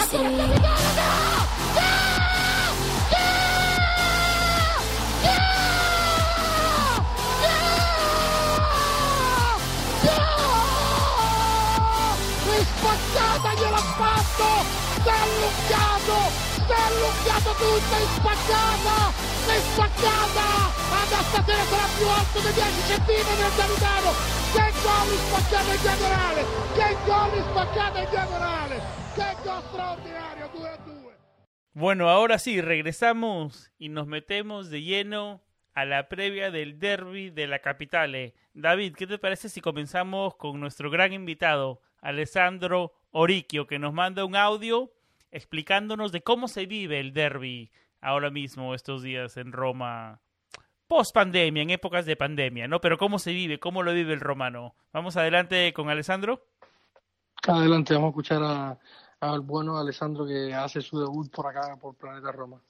rispaccata gliel'ha fatto, si è allungato tutto, è spaccata, Ada stasera sarà più alto di 10 centimetri il capitano, che gol spaccato in diagonale, che gol straordinario, 2-2. Bueno, ahora sí, regresamos y nos metemos de lleno a la previa del derby de la Capitale. David, ¿qué te parece si comenzamos con nuestro gran invitado, Alessandro Oricchio, que nos manda un audio explicándonos de cómo se vive el derby ahora mismo, estos días en Roma, post pandemia, en épocas de pandemia, ¿no? Pero cómo se vive, cómo lo vive el romano. Vamos adelante con Alessandro. Adelante, vamos a escuchar al bueno Alessandro, que hace su debut por acá, por Planeta Roma.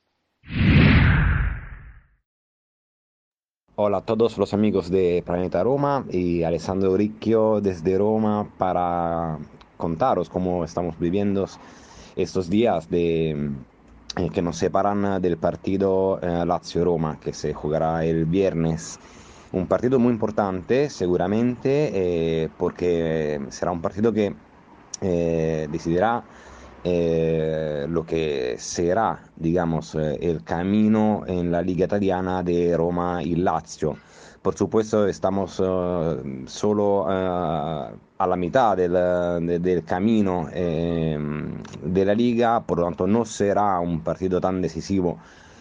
Hola a todos los amigos de Planeta Roma y Alessandro Oricchio desde Roma para contaros cómo estamos viviendo estos días que nos separan del partido Lazio-Roma, que se jugará el viernes. Un partido muy importante seguramente, porque será un partido que decidirá lo que será, digamos, el camino en la Liga Italiana de Roma y Lazio. Por supuesto, estamos solo a la mitad del camino de la Liga, por lo tanto no será un partido tan decisivo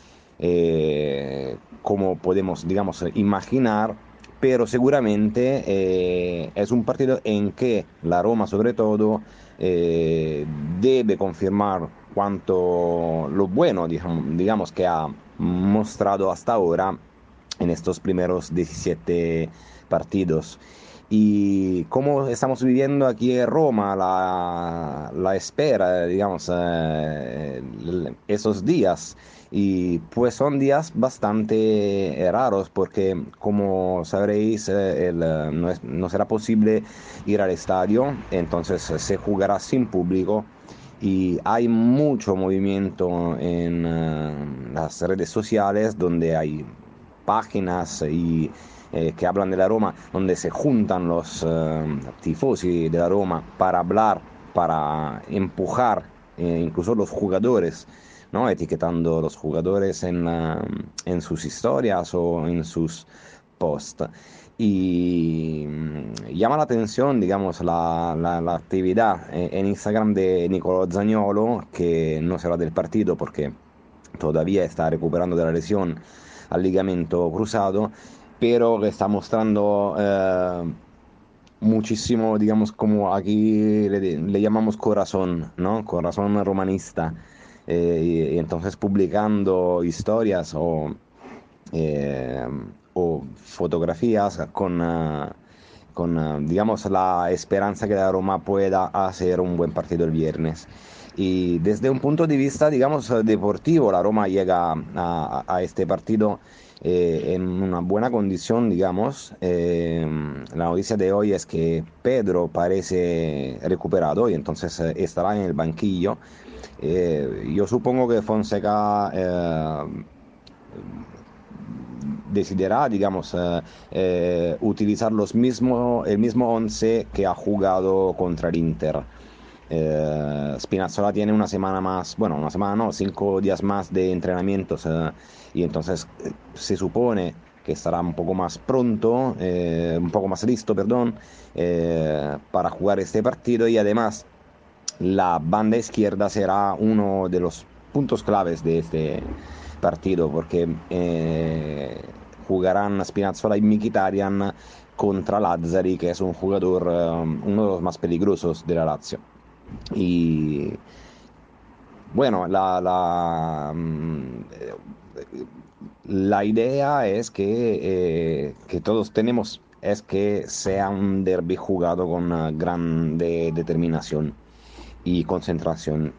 como podemos, digamos, imaginar, pero seguramente es un partido en que la Roma, sobre todo, debe confirmar cuanto lo bueno, digamos, que ha mostrado hasta ahora en estos primeros 17 partidos. Y cómo estamos viviendo aquí en Roma la espera, digamos, esos días. Y pues son días bastante raros porque, como sabréis, no será posible ir al estadio, entonces se jugará sin público y hay mucho movimiento en las redes sociales, donde hay páginas que hablan de la Roma, donde se juntan los tifosi de la Roma para hablar, para empujar incluso los jugadores, ¿no? Etiquetando a los jugadores en sus historias o en sus posts. Y llama la atención, digamos, la actividad en Instagram de Niccolò Zaniolo, que no será del partido porque todavía está recuperando de la lesión al ligamento cruzado, pero que está mostrando muchísimo, digamos, como aquí le llamamos corazón, ¿no? Corazón romanista. Y entonces publicando historias o fotografías con digamos, la esperanza que la Roma pueda hacer un buen partido el viernes. Y desde un punto de vista, digamos, deportivo, la Roma llega a este partido en una buena condición, digamos. La noticia de hoy es que Pedro parece recuperado y entonces estará en el banquillo. Yo supongo que Fonseca decidirá, digamos, utilizar el mismo 11 que ha jugado contra el Inter. Spinazzola tiene una semana más, bueno, una semana no, 5 días más de entrenamientos, y entonces se supone que estará un poco más pronto, un poco más listo, perdón, para jugar este partido. Y además la banda izquierda será uno de los puntos claves de este partido, porque jugarán Spinazzola y Mkhitaryan contra Lazzari, que es un jugador, uno de los más peligrosos de la Lazio. Y bueno, la idea es que todos tenemos, es que sea un derbi jugado con una grande determinación y concentración,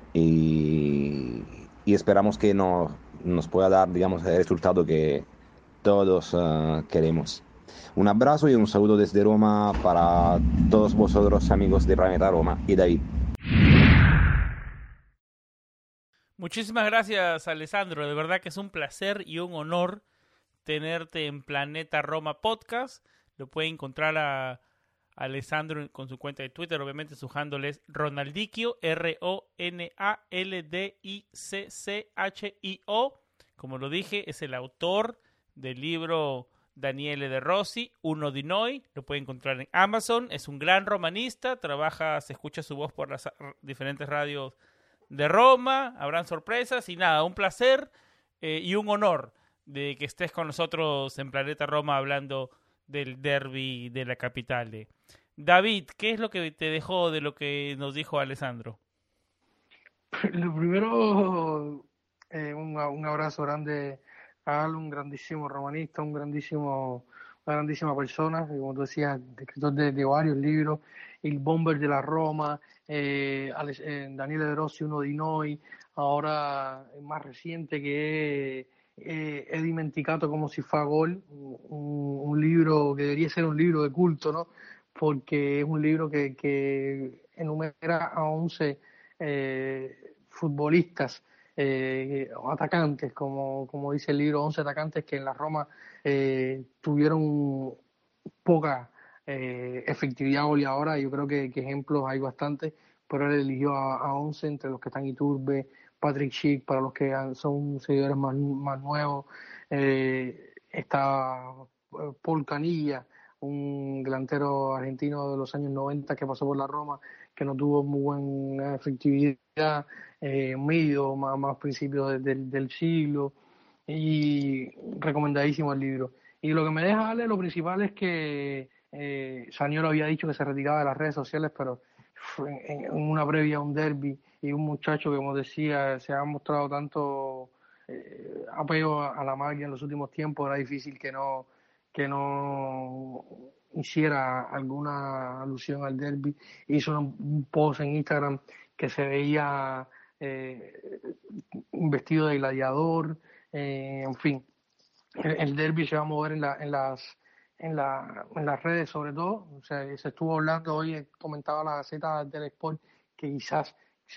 y esperamos que nos pueda dar, digamos, el resultado que todos queremos. Un abrazo y un saludo desde Roma para todos vosotros, amigos de Planeta Roma y David. Muchísimas gracias, Alessandro. De verdad que es un placer y un honor tenerte en Planeta Roma Podcast. Lo puede encontrar a Alessandro con su cuenta de Twitter. Obviamente su handle es Ronaldicchio, Ronaldicchio. Como lo dije, es el autor del libro Daniele De Rossi, Uno di Noi. Lo puede encontrar en Amazon. Es un gran romanista. Se escucha su voz por las diferentes radios de Roma. Habrán sorpresas y nada, un placer y un honor de que estés con nosotros en Planeta Roma hablando del derbi de la capital. David, ¿qué es lo que te dejó de lo que nos dijo Alessandro? Lo primero, un abrazo grande a Al, un grandísimo romanista, una grandísima persona, como tú decías, escritor de varios libros, Il Bomber de la Roma, Daniele De Rossi, Uno di Noi, ahora más reciente que es He dimenticato come si fa gol, un libro que debería ser un libro de culto, ¿no? Porque es un libro que enumera a 11 futbolistas, atacantes, como dice el libro, 11 atacantes que en la Roma tuvieron poca efectividad goleadora. Yo creo que ejemplos hay bastantes, pero él eligió a 11, entre los que están Iturbe, Patrick Schick, para los que son seguidores más nuevos, está Paul Canilla, un delantero argentino de los años 90 que pasó por la Roma, que no tuvo muy buena efectividad, medio, más principios del siglo, y recomendadísimo el libro. Y lo que me deja darle, lo principal es que Zaniolo había dicho que se retiraba de las redes sociales, pero en una previa a un derbi, y un muchacho que, como decía, se ha mostrado tanto apego a la máquina en los últimos tiempos, era difícil que no hiciera alguna alusión al derbi. Hizo un post en Instagram que se veía un vestido de gladiador, en fin. El derbi se va a mover en las redes, sobre todo. O sea, se estuvo hablando hoy, comentaba la Gaceta del Sport, que quizás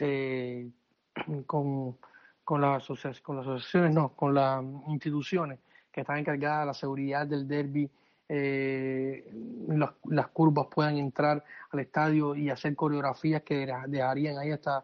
con las asociaciones, no, con las instituciones que están encargadas de la seguridad del derbi, las curvas puedan entrar al estadio y hacer coreografías que dejarían ahí hasta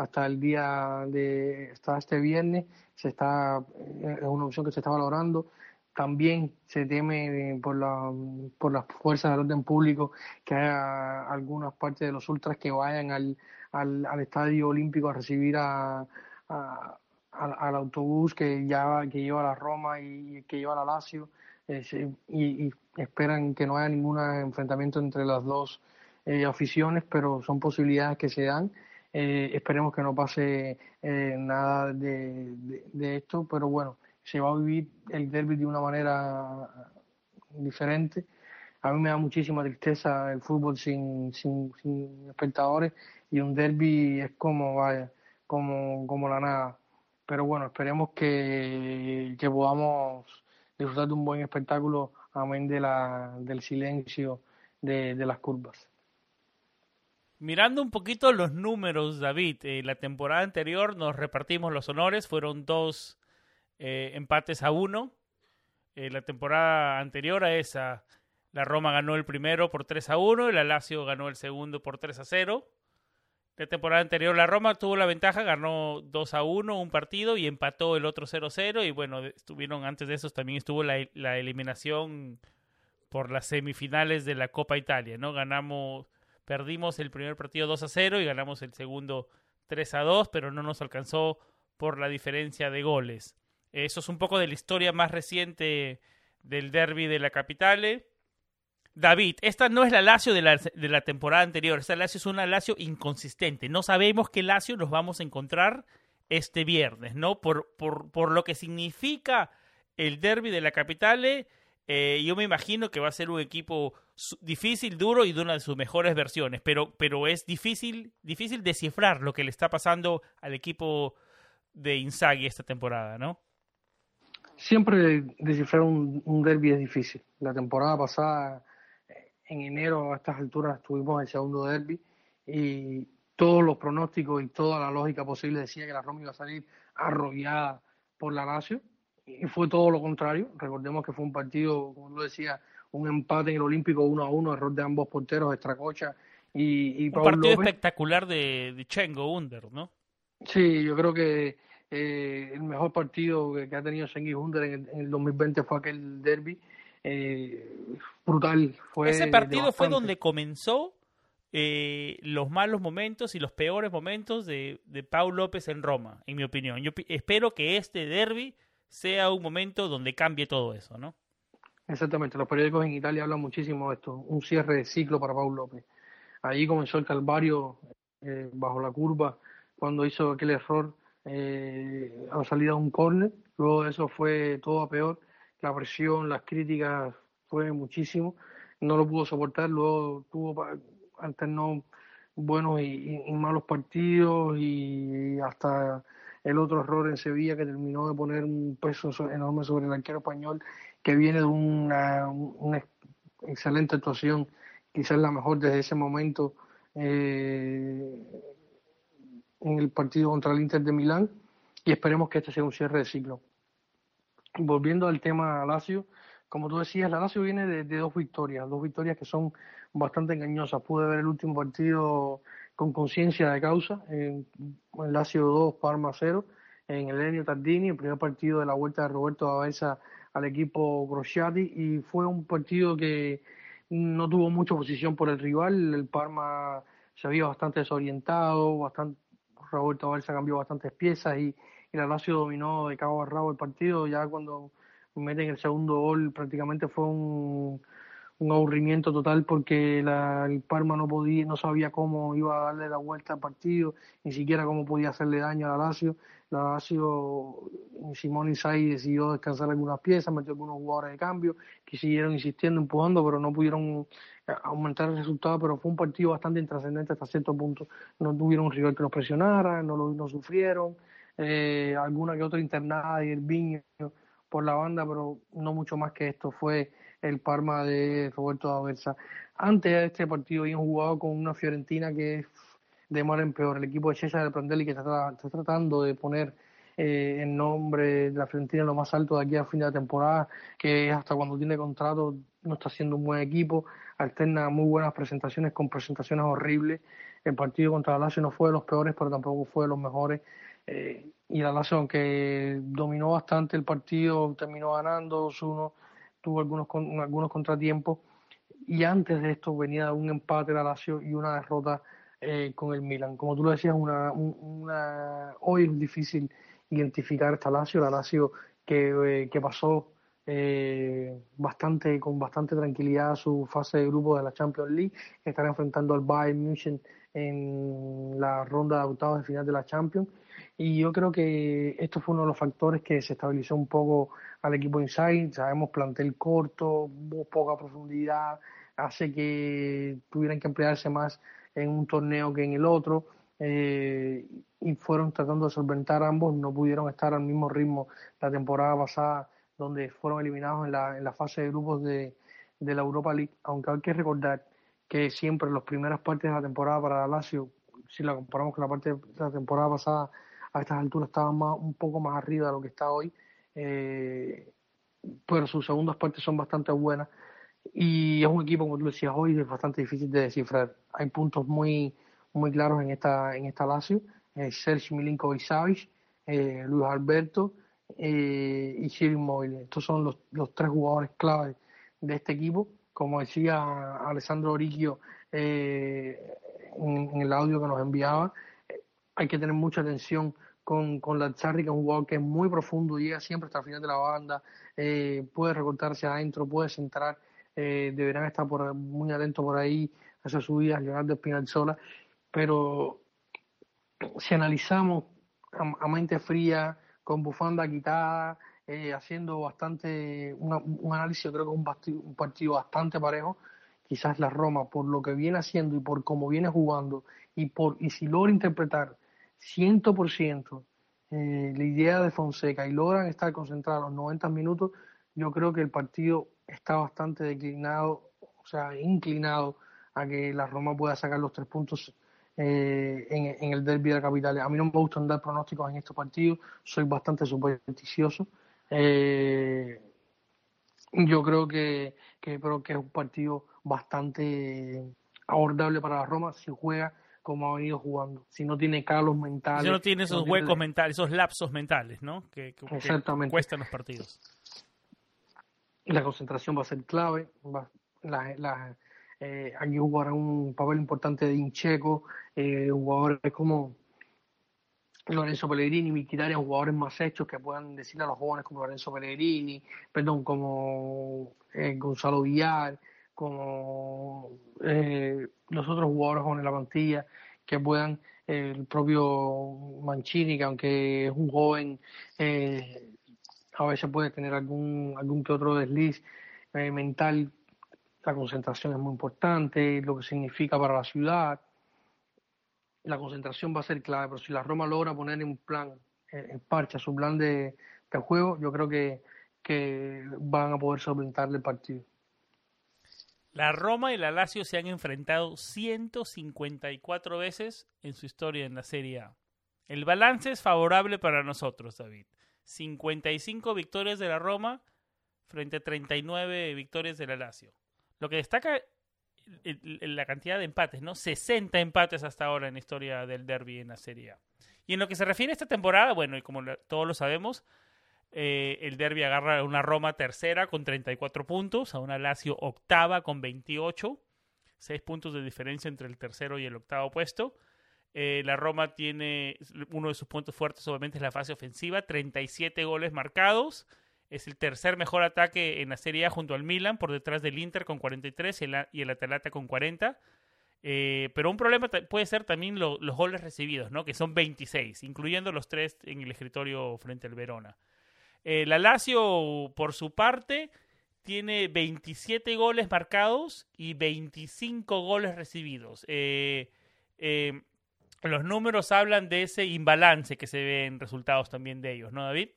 este viernes. Es una opción que se está valorando. También se teme por las fuerzas del orden público que haya algunas partes de los ultras que vayan al Estadio Olímpico a recibir al autobús que lleva a la Roma y que lleva a la Lazio, y esperan que no haya ningún enfrentamiento entre las dos aficiones, pero son posibilidades que se dan. Esperemos que no pase nada de esto, pero bueno, se va a vivir el derbi de una manera diferente. A mí me da muchísima tristeza el fútbol sin espectadores, y un derbi es como la nada. Pero bueno, esperemos que podamos disfrutar de un buen espectáculo, amén del silencio de las curvas. Mirando un poquito los números, David, la temporada anterior nos repartimos los honores, fueron 2 empates a 1. La temporada anterior a esa, la Roma ganó el primero por 3-1 y la Lazio ganó el segundo por 3-0. La temporada anterior la Roma tuvo la ventaja, ganó 2-1 un partido y empató el otro 0-0. Y bueno, estuvieron antes de eso, también estuvo la eliminación por las semifinales de la Copa Italia, ¿no? Perdimos el primer partido 2-0 y ganamos el segundo 3-2, pero no nos alcanzó por la diferencia de goles. Eso es un poco de la historia más reciente del derbi de la Capitale. David, esta no es la Lazio de la temporada anterior. Esta Lazio es una Lazio inconsistente. No sabemos qué Lazio nos vamos a encontrar este viernes, ¿no? Por lo que significa el derbi de la Capitale, yo me imagino que va a ser un equipo difícil, duro y de una de sus mejores versiones. Pero es difícil descifrar lo que le está pasando al equipo de Inzaghi esta temporada, ¿no? Siempre descifrar un derbi es difícil. La temporada pasada, en enero, a estas alturas, tuvimos el segundo derbi y todos los pronósticos y toda la lógica posible decía que la Roma iba a salir arrollada por la Lazio y fue todo lo contrario. Recordemos que fue un partido, como tú decías, un empate en el Olímpico 1-1, error de ambos porteros, Stracocha y Paul Un partido López. Espectacular de Cengo Under, ¿no? Sí, yo creo que el mejor partido que ha tenido Cengiz Under en el 2020 fue aquel derbi. Brutal. Ese partido fue donde comenzó los malos momentos y los peores momentos de Paul López en Roma, en mi opinión. Yo espero que este derbi sea un momento donde cambie todo eso, ¿no? Exactamente, los periódicos en Italia hablan muchísimo de esto, un cierre de ciclo para Paul López. Allí comenzó el calvario bajo la curva cuando hizo aquel error a la salida de un córner. Luego de eso fue todo a peor, la presión, las críticas fue muchísimo, no lo pudo soportar, luego alternó buenos y malos partidos y hasta el otro error en Sevilla que terminó de poner un peso enorme sobre el arquero español que viene de una excelente actuación, quizás la mejor desde ese momento en el partido contra el Inter de Milán, y esperemos que este sea un cierre de ciclo. Volviendo al tema Lazio, como tú decías, la Lazio viene de dos victorias que son bastante engañosas. Pude ver el último partido con conciencia de causa, en Lazio 2, Parma 0, en el Ennio Tardini, el primer partido de la vuelta de Roberto Aversa al equipo Crociati, y fue un partido que no tuvo mucha oposición por el rival. El Parma se había bastante desorientado, Roberto Aversa cambió bastantes piezas y la Lazio dominó de cabo a rabo el partido. Ya cuando meten el segundo gol prácticamente fue un aburrimiento total porque el Parma no sabía cómo iba a darle la vuelta al partido, ni siquiera cómo podía hacerle daño a la Lazio. La Lazio, Simone Inzaghi decidió descansar algunas piezas, metió algunos jugadores de cambio que siguieron insistiendo, empujando, pero no pudieron aumentar el resultado. Pero fue un partido bastante intrascendente hasta cierto punto. No tuvieron un rival que los presionara, no sufrieron, alguna que otra internada y el Viño por la banda, pero no mucho más que esto. Fue el Parma de Roberto Aversa. Antes de este partido habían jugado con una Fiorentina que es de mal en peor. El equipo de Cesare de Prandelli, que está tratando de poner el nombre de la Fiorentina en lo más alto de aquí a fin de la temporada, que hasta cuando tiene contrato no está siendo un buen equipo, alterna muy buenas presentaciones con presentaciones horribles. El partido contra la Lazio no fue de los peores, pero tampoco fue de los mejores. Y la Lazio, aunque dominó bastante el partido, terminó ganando 2-1, tuvo algunos contratiempos, y antes de esto venía un empate de la Lazio y una derrota con el Milan. Como tú lo decías, hoy es difícil identificar esta Lazio, la Lazio que pasó con bastante tranquilidad su fase de grupo de la Champions League, que estará enfrentando al Bayern München en la ronda de octavos de final de la Champions. Y yo creo que esto fue uno de los factores que se estabilizó un poco al equipo Inzaghi. Sabemos, plantel corto, poca profundidad, hace que tuvieran que emplearse más en un torneo que en el otro, y fueron tratando de solventar ambos. No pudieron estar al mismo ritmo la temporada pasada, donde fueron eliminados en la fase de grupos de la Europa League, aunque hay que recordar que siempre en las primeras partes de la temporada para la Lazio, si la comparamos con la parte de la temporada pasada, a estas alturas estaba un poco más arriba de lo que está hoy. pero sus segundas partes son bastante buenas. Y es un equipo, como tú decías hoy, es bastante difícil de descifrar. Hay puntos muy claros en esta Lazio. Sergio Milinkovic-Savic, Luis Alberto y Ciro Immobile. Estos son los tres jugadores clave de este equipo. Como decía Alessandro Oricchio en el audio que nos enviaba, hay que tener mucha atención con Lazzari, que es un jugador que es muy profundo, llega siempre hasta el final de la banda, puede recortarse adentro, puede centrar. Deberán estar muy atentos por ahí a esas subidas, Leonardo Spinazzola, pero si analizamos a mente fría, con bufanda quitada, haciendo bastante un análisis, yo creo que es un partido bastante parejo. Quizás la Roma, por lo que viene haciendo y por cómo viene jugando, y si logra interpretar 100% la idea de Fonseca y logran estar concentrados los 90 minutos, yo creo que el partido está bastante declinado, o sea, inclinado a que la Roma pueda sacar los 3 puntos en el derbi de la capital. A mí no me gusta dar pronósticos en estos partidos, soy bastante supersticioso. Yo creo que es un partido bastante abordable para la Roma si juega como ha venido jugando, si no tiene calos mentales. Si no tiene esos huecos mentales, esos lapsos mentales, ¿no? Que cuestan los partidos. La concentración va a ser clave. Aquí jugará un papel importante de Incheco, jugadores como Lorenzo Pellegrini, Mkhitaryan, jugadores más hechos que puedan decirle a los jóvenes como Lorenzo Pellegrini, como Gonzalo Villar, como los otros jugadores jóvenes de la plantilla, que puedan, el propio Mancini, que aunque es un joven, a veces puede tener algún que otro desliz mental. La concentración es muy importante, lo que significa para la ciudad. La concentración va a ser clave, pero si la Roma logra poner en parcha su plan de juego, yo creo que van a poder solventarle el partido. La Roma y la Lazio se han enfrentado 154 veces en su historia en la Serie A. El balance es favorable para nosotros, David. 55 victorias de la Roma frente a 39 victorias de la Lazio. Lo que destaca la cantidad de empates, ¿no? 60 empates hasta ahora en la historia del derbi en la Serie A. Y en lo que se refiere a esta temporada, bueno, y como todos lo sabemos, el derbi agarra a una Roma tercera con 34 puntos, a una Lazio octava con 28, 6 puntos de diferencia entre el tercero y el octavo puesto. La Roma tiene uno de sus puntos fuertes, obviamente, es la fase ofensiva, 37 goles marcados. Es el tercer mejor ataque en la Serie A junto al Milan, por detrás del Inter con 43 y el Atalanta con 40. Pero un problema puede ser también los goles recibidos, ¿no? Que son 26, incluyendo los 3 en el escritorio frente al Verona. La Lazio, por su parte, tiene 27 goles marcados y 25 goles recibidos. Los números hablan de ese imbalance que se ve en resultados también de ellos, ¿no, David?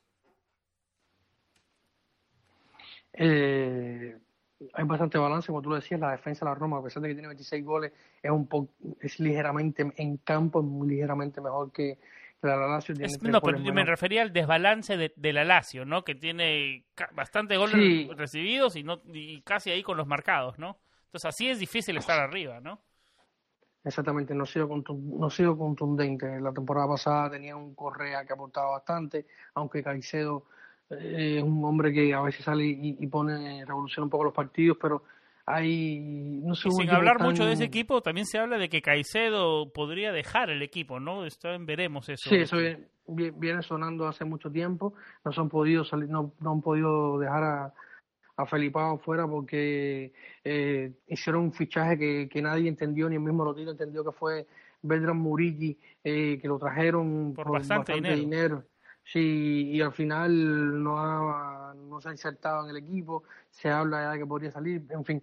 Hay bastante balance, como tú lo decías. La defensa de la Roma, a pesar de que tiene 26 goles, es ligeramente en campo, es muy ligeramente mejor que la Lazio. No, pero yo me refería al desbalance de la Lazio, ¿no? Que tiene bastante goles recibidos y casi ahí con los marcados, ¿no? Entonces así es difícil estar arriba, ¿no? Exactamente, no ha sido contundente. La temporada pasada tenía un Correa que aportaba bastante, aunque Caicedo es un hombre que a veces sale y revoluciona un poco los partidos, pero no sé. Y sin hablar mucho de ese equipo, también se habla de que Caicedo podría dejar el equipo, ¿no? Veremos eso. Sí, eso viene sonando hace mucho tiempo. No han podido salir, no han podido dejar a Felipao fuera porque hicieron un fichaje que nadie entendió, ni el mismo Lotito entendió, que fue Beltrán Muriqui, que lo trajeron por bastante dinero. Sí, y al final no se ha insertado en el equipo, se habla ya de que podría salir, en fin.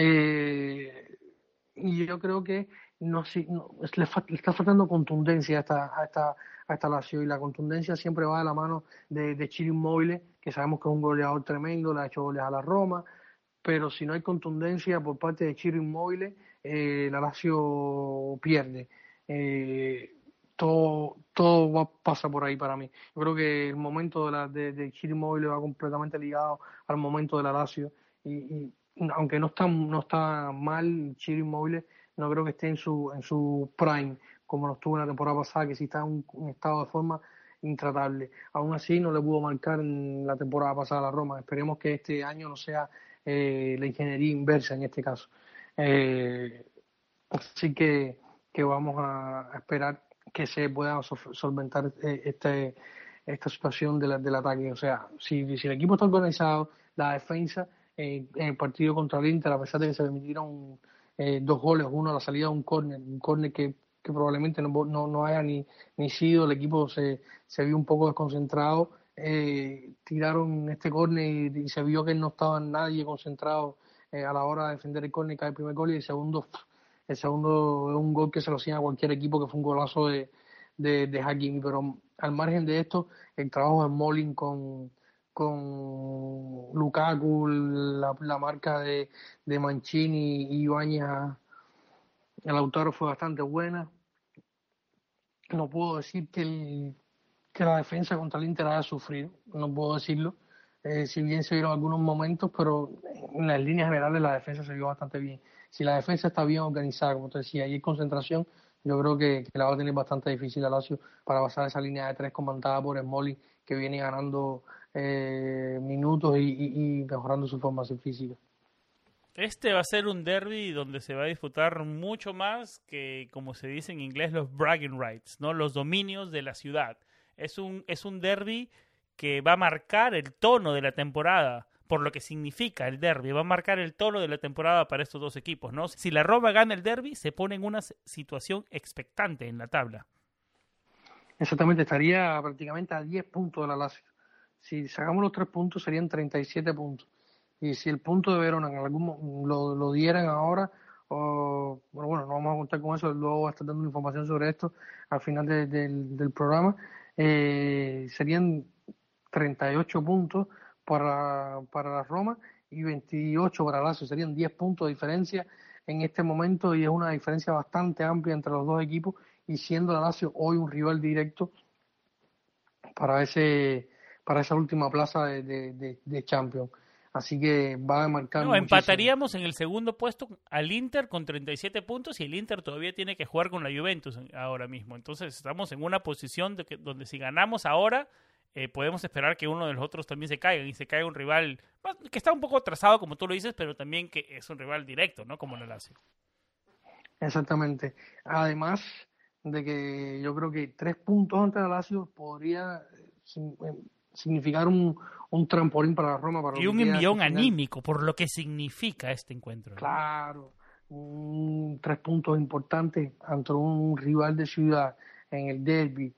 Y yo creo que le está faltando contundencia a esta Lazio, y la contundencia siempre va de la mano de Ciro Immobile, que sabemos que es un goleador tremendo, le ha hecho goles a la Roma, pero si no hay contundencia por parte de Ciro Immobile, la Lazio pierde. Todo pasa por ahí para mí. Yo creo que el momento de Ciro Immobile va completamente ligado al momento de la Lazio y aunque no está mal Ciro Immobile, no creo que esté en su prime como lo estuvo en la temporada pasada, que sí está en un estado de forma intratable. Aún así no le pudo marcar en la temporada pasada a la Roma. Esperemos que este año no sea la ingeniería inversa en este caso. Así que vamos a esperar que se pueda solventar esta situación del ataque. O sea, si el equipo está organizado, la defensa en el partido contra el Inter, a pesar de que se permitieron 2 goles, uno a la salida de un córner que probablemente no haya ni sido, el equipo se vio un poco desconcentrado, tiraron este córner y se vio que no estaba nadie concentrado a la hora de defender el córner, cae el primer gol, y el segundo es un gol que se lo hacía a cualquier equipo, que fue un golazo de Hakimi. Pero al margen de esto, el trabajo de Smalling con Lukaku, la marca de Mancini y Ibáñez a Lautaro fue bastante buena. No puedo decir que la defensa contra el Inter haya sufrido, no puedo decirlo, si bien se vieron algunos momentos, pero en las líneas generales la defensa se vio bastante bien. Si la defensa está bien organizada, como te decía, y hay concentración, yo creo que la va a tener bastante difícil a Lazio para pasar esa línea de 3 comandada por Smalling, que viene ganando minutos y mejorando su formación física. Este va a ser un derbi donde se va a disputar mucho más que, como se dice en inglés, los bragging rights, ¿no? Los dominios de la ciudad. Es un derbi que va a marcar el tono de la temporada, por lo que significa el derbi. Va a marcar el tono de la temporada para estos dos equipos, ¿no? Si la Roma gana el derbi, se pone en una situación expectante en la tabla. Exactamente, estaría prácticamente a 10 puntos de la Lazio. Si sacamos los 3 puntos, serían 37 puntos. Y si el punto de Verona en algún lo dieran ahora, bueno, no vamos a contar con eso, luego va a estar dando información sobre esto al final del programa, serían 38 puntos para la Roma y 28 para Lazio, serían 10 puntos de diferencia en este momento, y es una diferencia bastante amplia entre los dos equipos, y siendo la Lazio hoy un rival directo para esa última plaza de Champions. Así que va a marcar muchísimo. Empataríamos en el segundo puesto al Inter con 37 puntos, y el Inter todavía tiene que jugar con la Juventus ahora mismo. Entonces estamos en una posición donde si ganamos ahora, podemos esperar que uno de los otros también se caiga, y se caiga un rival que está un poco atrasado, como tú lo dices, pero también que es un rival directo, ¿no? Como el Lazio. Exactamente. Además de que yo creo que 3 puntos ante el Lazio podría significar un trampolín para la Roma. Y un envión anímico por lo que significa este encuentro, ¿no? Claro, 3 puntos importantes ante un rival de ciudad en el derby.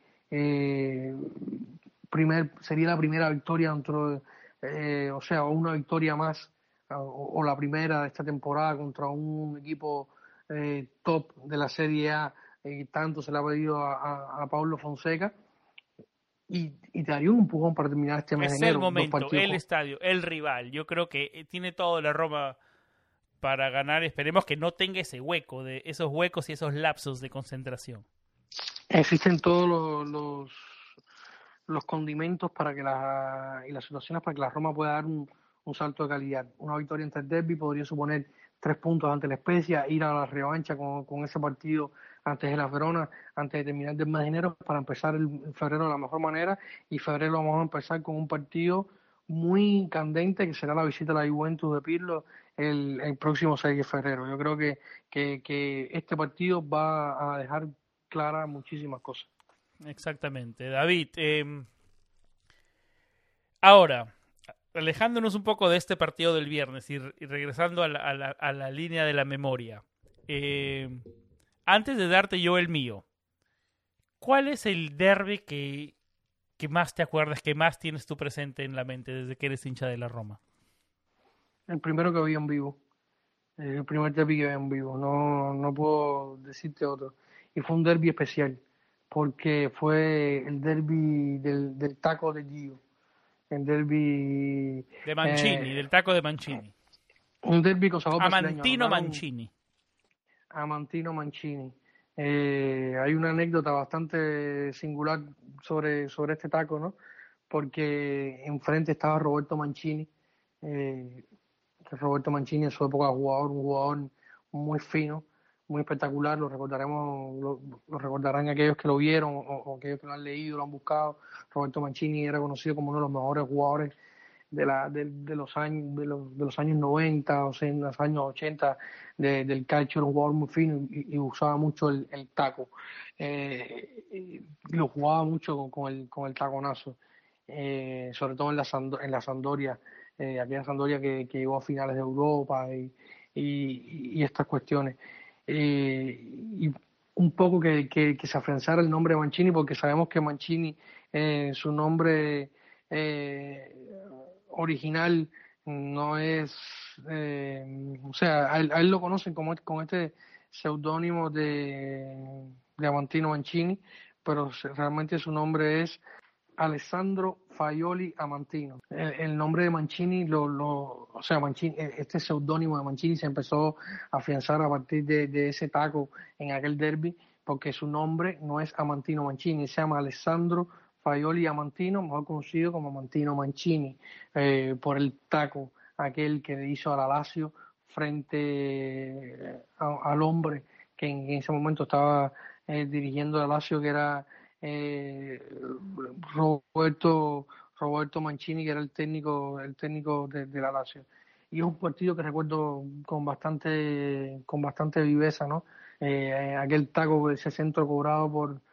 Sería la primera victoria o sea, una victoria más, o la primera de esta temporada contra un equipo top de la Serie A, y tanto se le ha pedido a Paulo Fonseca. Y te daría un empujón para terminar este mes de enero. Es el momento, el estadio, el rival. Yo creo que tiene todo la Roma para ganar. Esperemos que no tenga esos huecos y esos lapsos de concentración. Existen todos los condimentos y las situaciones para que la Roma pueda dar un salto de calidad. Una victoria ante el derby podría suponer 3 puntos ante la Spezia, ir a la revancha con ese partido antes de la Verona, antes de terminar el mes de enero, para empezar el febrero de la mejor manera. Y febrero vamos a empezar con un partido muy candente, que será la visita a la Juventus de Pirlo el próximo 6 de febrero. Yo creo que este partido va a dejar claras muchísimas cosas. Exactamente. David, ahora, alejándonos un poco de este partido del viernes y regresando a la línea de la memoria, antes de darte yo el mío, ¿cuál es el derbi que más te acuerdas, que más tienes tú presente en la mente desde que eres hincha de la Roma? El primero que vi en vivo, el primer derbi que vi en vivo, no puedo decirte otro. Y fue un derbi especial, porque fue el derbi del taco de Gio, el derbi de Mancini, del taco de Mancini. Un derbi con sabor Amantino Mancini. Amantino Mancini. Hay una anécdota bastante singular sobre este taco, ¿no? Porque enfrente estaba Roberto Mancini, que Roberto Mancini en su época un jugador muy fino, muy espectacular. Lo recordarán aquellos que lo vieron o aquellos que lo han leído, lo han buscado. Roberto Mancini era conocido como uno de los mejores jugadores de los años 90, o sea, en los años 80 del calcio. Era un jugador muy fino y usaba mucho el taco. Lo jugaba mucho con el taconazo, sobre todo en la Sampdoria, aquella Sampdoria que llegó a finales de Europa y estas cuestiones. Y un poco que se afianzara el nombre de Mancini, porque sabemos que Mancini, su nombre original no es, o sea, a él lo conocen con este seudónimo de Amantino Mancini, pero realmente su nombre es Alessandro Faioli Amantino. El nombre de Mancini, o sea, Mancini, este seudónimo de Mancini se empezó a afianzar a partir de ese taco en aquel derbi, porque su nombre no es Amantino Mancini, se llama Alessandro Faioli Amantino, mejor conocido como Amantino Mancini, por el taco aquel que le hizo a la Lazio frente al hombre que en ese momento estaba dirigiendo a la Lazio, que era Roberto Mancini, que era el técnico de la Lazio. Y es un partido que recuerdo con bastante viveza, ¿no? Aquel taco, ese centro cobrado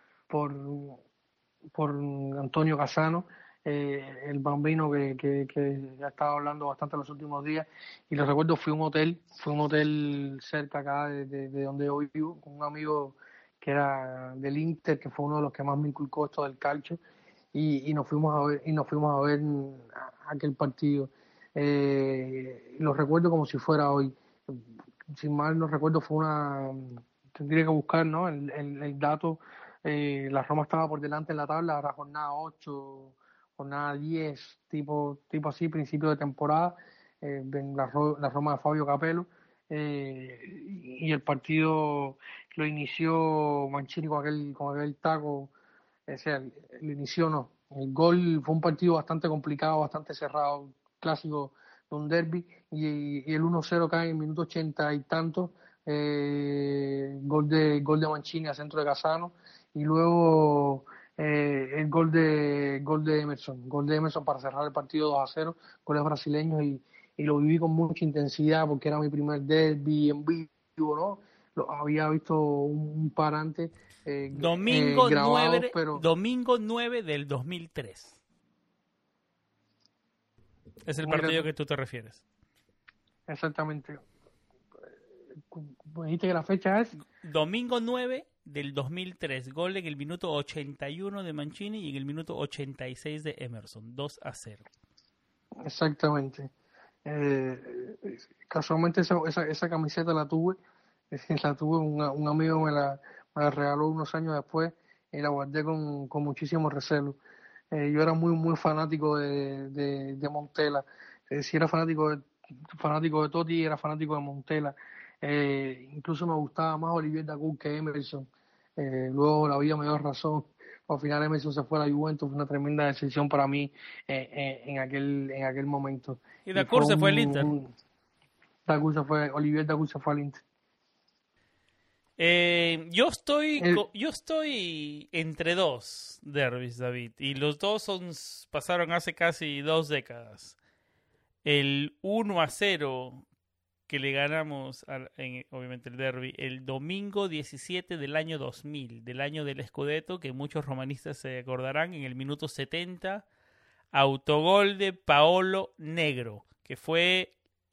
por Antonio Casano, el bambino que ha estado hablando bastante en los últimos días, y lo recuerdo. Fue un hotel cerca acá de donde yo vivo, con un amigo que era del Inter, que fue uno de los que más me inculcó esto del calcio, y nos fuimos a ver aquel partido. Lo recuerdo como si fuera hoy. Si mal no recuerdo, tendría que buscar, ¿no?, el dato. La Roma estaba por delante en la tabla, era jornada 8, jornada 10, tipo así, principio de temporada, la Roma de Fabio Capello, y el partido lo inició Mancini con aquel taco. O sea, lo inició, no. El gol fue un partido bastante complicado, bastante cerrado, clásico de un derbi, y el 1-0 cae en el minuto 80 y tanto, gol de Mancini a centro de Casano, y luego el gol de Emerson para cerrar el partido 2-0, goles brasileños, y lo viví con mucha intensidad porque era mi primer derbi en vivo, ¿no? Lo había visto un par antes, domingo grabados, 9, pero domingo 9 del 2003. Es el partido que tú te refieres. Exactamente. ¿Me dijiste que la fecha es? Domingo 9 del 2003. Gol en el minuto 81 de Mancini y en el minuto 86 de Emerson. 2-0. Exactamente. Casualmente esa camiseta la tuve. Un amigo me la regaló unos años después y la guardé con muchísimo recelo. Yo era muy fanático de Montella. Si era fanático de Totti, era fanático de Montella. Incluso me gustaba más Olivier Dacour que Emerson. Luego la vida me dio razón. Al final Emerson se fue a la Juventus. Fue una tremenda decepción para mí en aquel momento. ¿Y Dacour se fue al Inter? Olivier Dacour se fue al Inter. Yo estoy entre dos derbis, David, y los dos pasaron hace casi 2 décadas. El 1-0 que le ganamos, obviamente el derbi, el domingo 17 del año 2000, del año del Scudetto, que muchos romanistas se acordarán, en el minuto 70, autogol de Paolo Negro, que fue...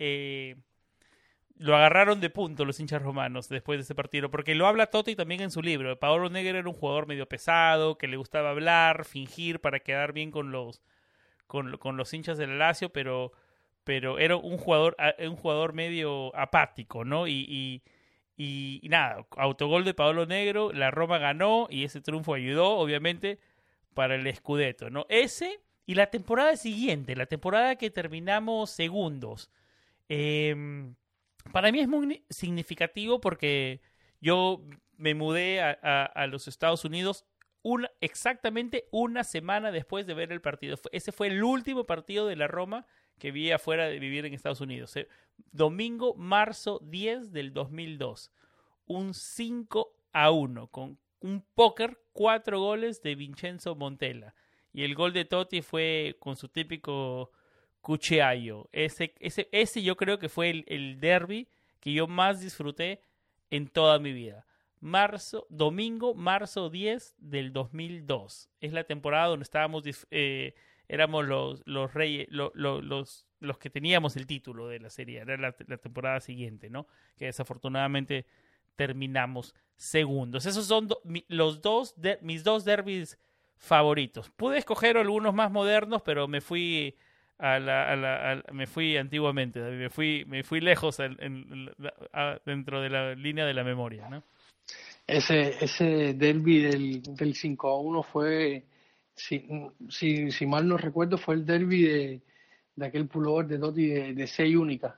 lo agarraron de punto los hinchas romanos después de ese partido, porque lo habla Totti también en su libro. Paolo Negro era un jugador medio pesado, que le gustaba hablar, fingir para quedar bien con los hinchas del Lazio, pero era un jugador medio apático, ¿no? Y nada, autogol de Paolo Negro, la Roma ganó y ese triunfo ayudó, obviamente, para el Scudetto, ¿no? Ese y la temporada siguiente, la temporada que terminamos segundos. Para mí es muy significativo porque yo me mudé a los Estados Unidos exactamente una semana después de ver el partido. Ese fue el último partido de la Roma que vi afuera de vivir en Estados Unidos. Domingo, marzo 10 del 2002. Un 5-1 con un póker, 4 goles de Vincenzo Montella. Y el gol de Totti fue con su típico cucchiaio. Ese yo creo que fue el derbi que yo más disfruté en toda mi vida. Domingo, marzo 10 del 2002. Es la temporada donde estábamos, éramos los reyes, los que teníamos el título de la serie. Era la temporada siguiente, ¿no? Que desafortunadamente terminamos segundos. Esos son mis dos derbis favoritos. Pude escoger algunos más modernos, pero me fui me fui antiguamente, me fui lejos dentro de la línea de la memoria, ¿no? Ese derbi del 5-1 fue, si mal no recuerdo, fue el derbi de aquel pullover de Totti de 6 únicas.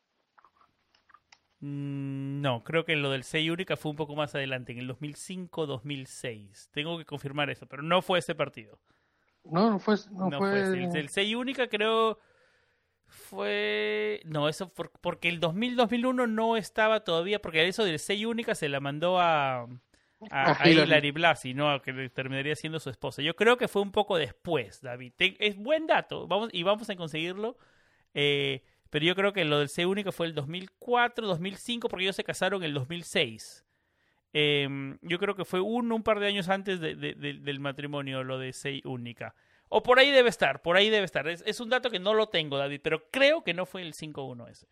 No, creo que lo del 6 única fue un poco más adelante, en el 2005-2006. Tengo que confirmar eso, pero no fue ese partido. No fue. El 6 única creo fue... No, eso porque el 2000-2001 no estaba todavía, porque eso del 6 única se la mandó a Hilary Blasi, ¿no? Que terminaría siendo su esposa. Yo creo que fue un poco después, David. Es buen dato, vamos a conseguirlo. Pero yo creo que lo del 6 única fue el 2004, 2005, porque ellos se casaron en el 2006. Yo creo que fue un par de años antes del matrimonio, lo de 6 única. O por ahí debe estar. Es un dato que no lo tengo, David, pero creo que no fue el 5-1 ese.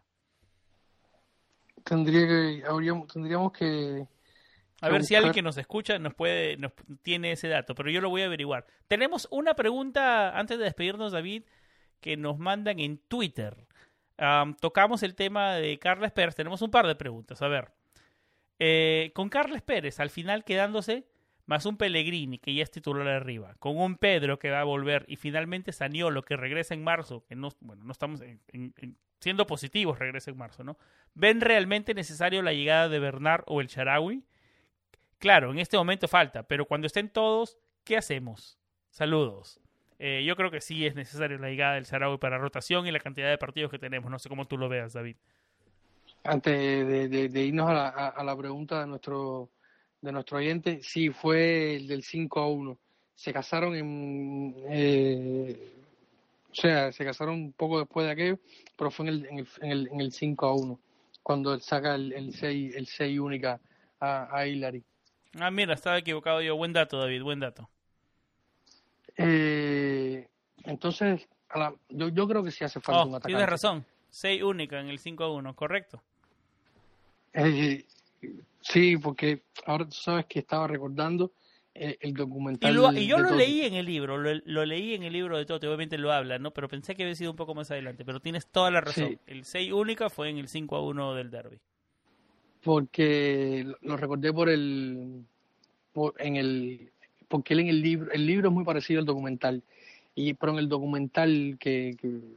Tendríamos que... A ver si alguien que nos escucha tiene ese dato, pero yo lo voy a averiguar. Tenemos una pregunta, antes de despedirnos, David, que nos mandan en Twitter. Tocamos el tema de Carles Pérez. Tenemos un par de preguntas. A ver. Con Carles Pérez, al final quedándose, más un Pellegrini, que ya es titular arriba, con un Pedro que va a volver, y finalmente Zaniolo, que regresa en marzo, que no estamos siendo positivos, regresa en marzo, ¿no? ¿Ven realmente necesario la llegada de Bernard o el Shaarawy? Claro, en este momento falta, pero cuando estén todos, ¿qué hacemos? Saludos. Yo creo que sí es necesario la llegada del Shaarawy para rotación y la cantidad de partidos que tenemos. No sé cómo tú lo veas, David. Antes de irnos a la pregunta de nuestro oyente, sí, fue el del 5-1. Se casaron se casaron un poco después de aquello, pero fue en el 5-1, cuando él saca el 6 única a Hilary. Ah, mira, estaba equivocado yo. Buen dato, David, buen dato. Entonces, yo creo que sí hace falta un atacante. Tienes razón, 6 única en el 5-1, correcto. Sí, porque ahora tú sabes que estaba recordando el documental. Y yo lo leí en el libro, lo leí en el libro de Totti, obviamente lo habla, ¿no? Pero pensé que había sido un poco más adelante, pero tienes toda la razón. Sí. El 6 única fue en el 5-1 del derbi. Porque lo recordé porque él en el libro es muy parecido al documental, pero en el documental que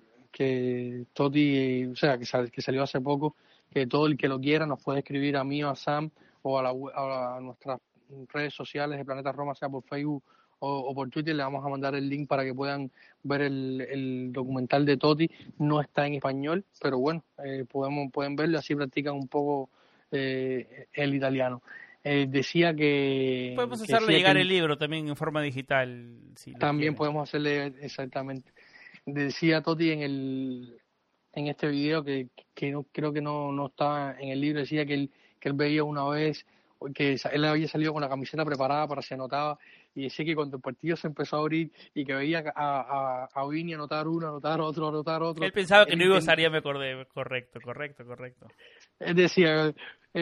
Totti, o sea, que salió hace poco, que todo el que lo quiera nos puede escribir a mí o a Sam o a nuestras redes sociales de Planeta Roma, sea por Facebook o por Twitter. Le vamos a mandar el link para que puedan ver el documental de Totti. No está en español, pero bueno, pueden verlo, así practican un poco el italiano. Decía que... Podemos hacerle llegar el libro también en forma digital. Si también podemos hacerle, exactamente. Decía Totti en este video que no, creo que no estaba en el libro, decía que él veía una vez que él había salido con la camiseta preparada para se anotaba, y decía que cuando el partido se empezó a abrir y que veía a Vini anotar uno, anotar otro. Él pensaba que no iba a usar, ya me acordé. Correcto. Él decía,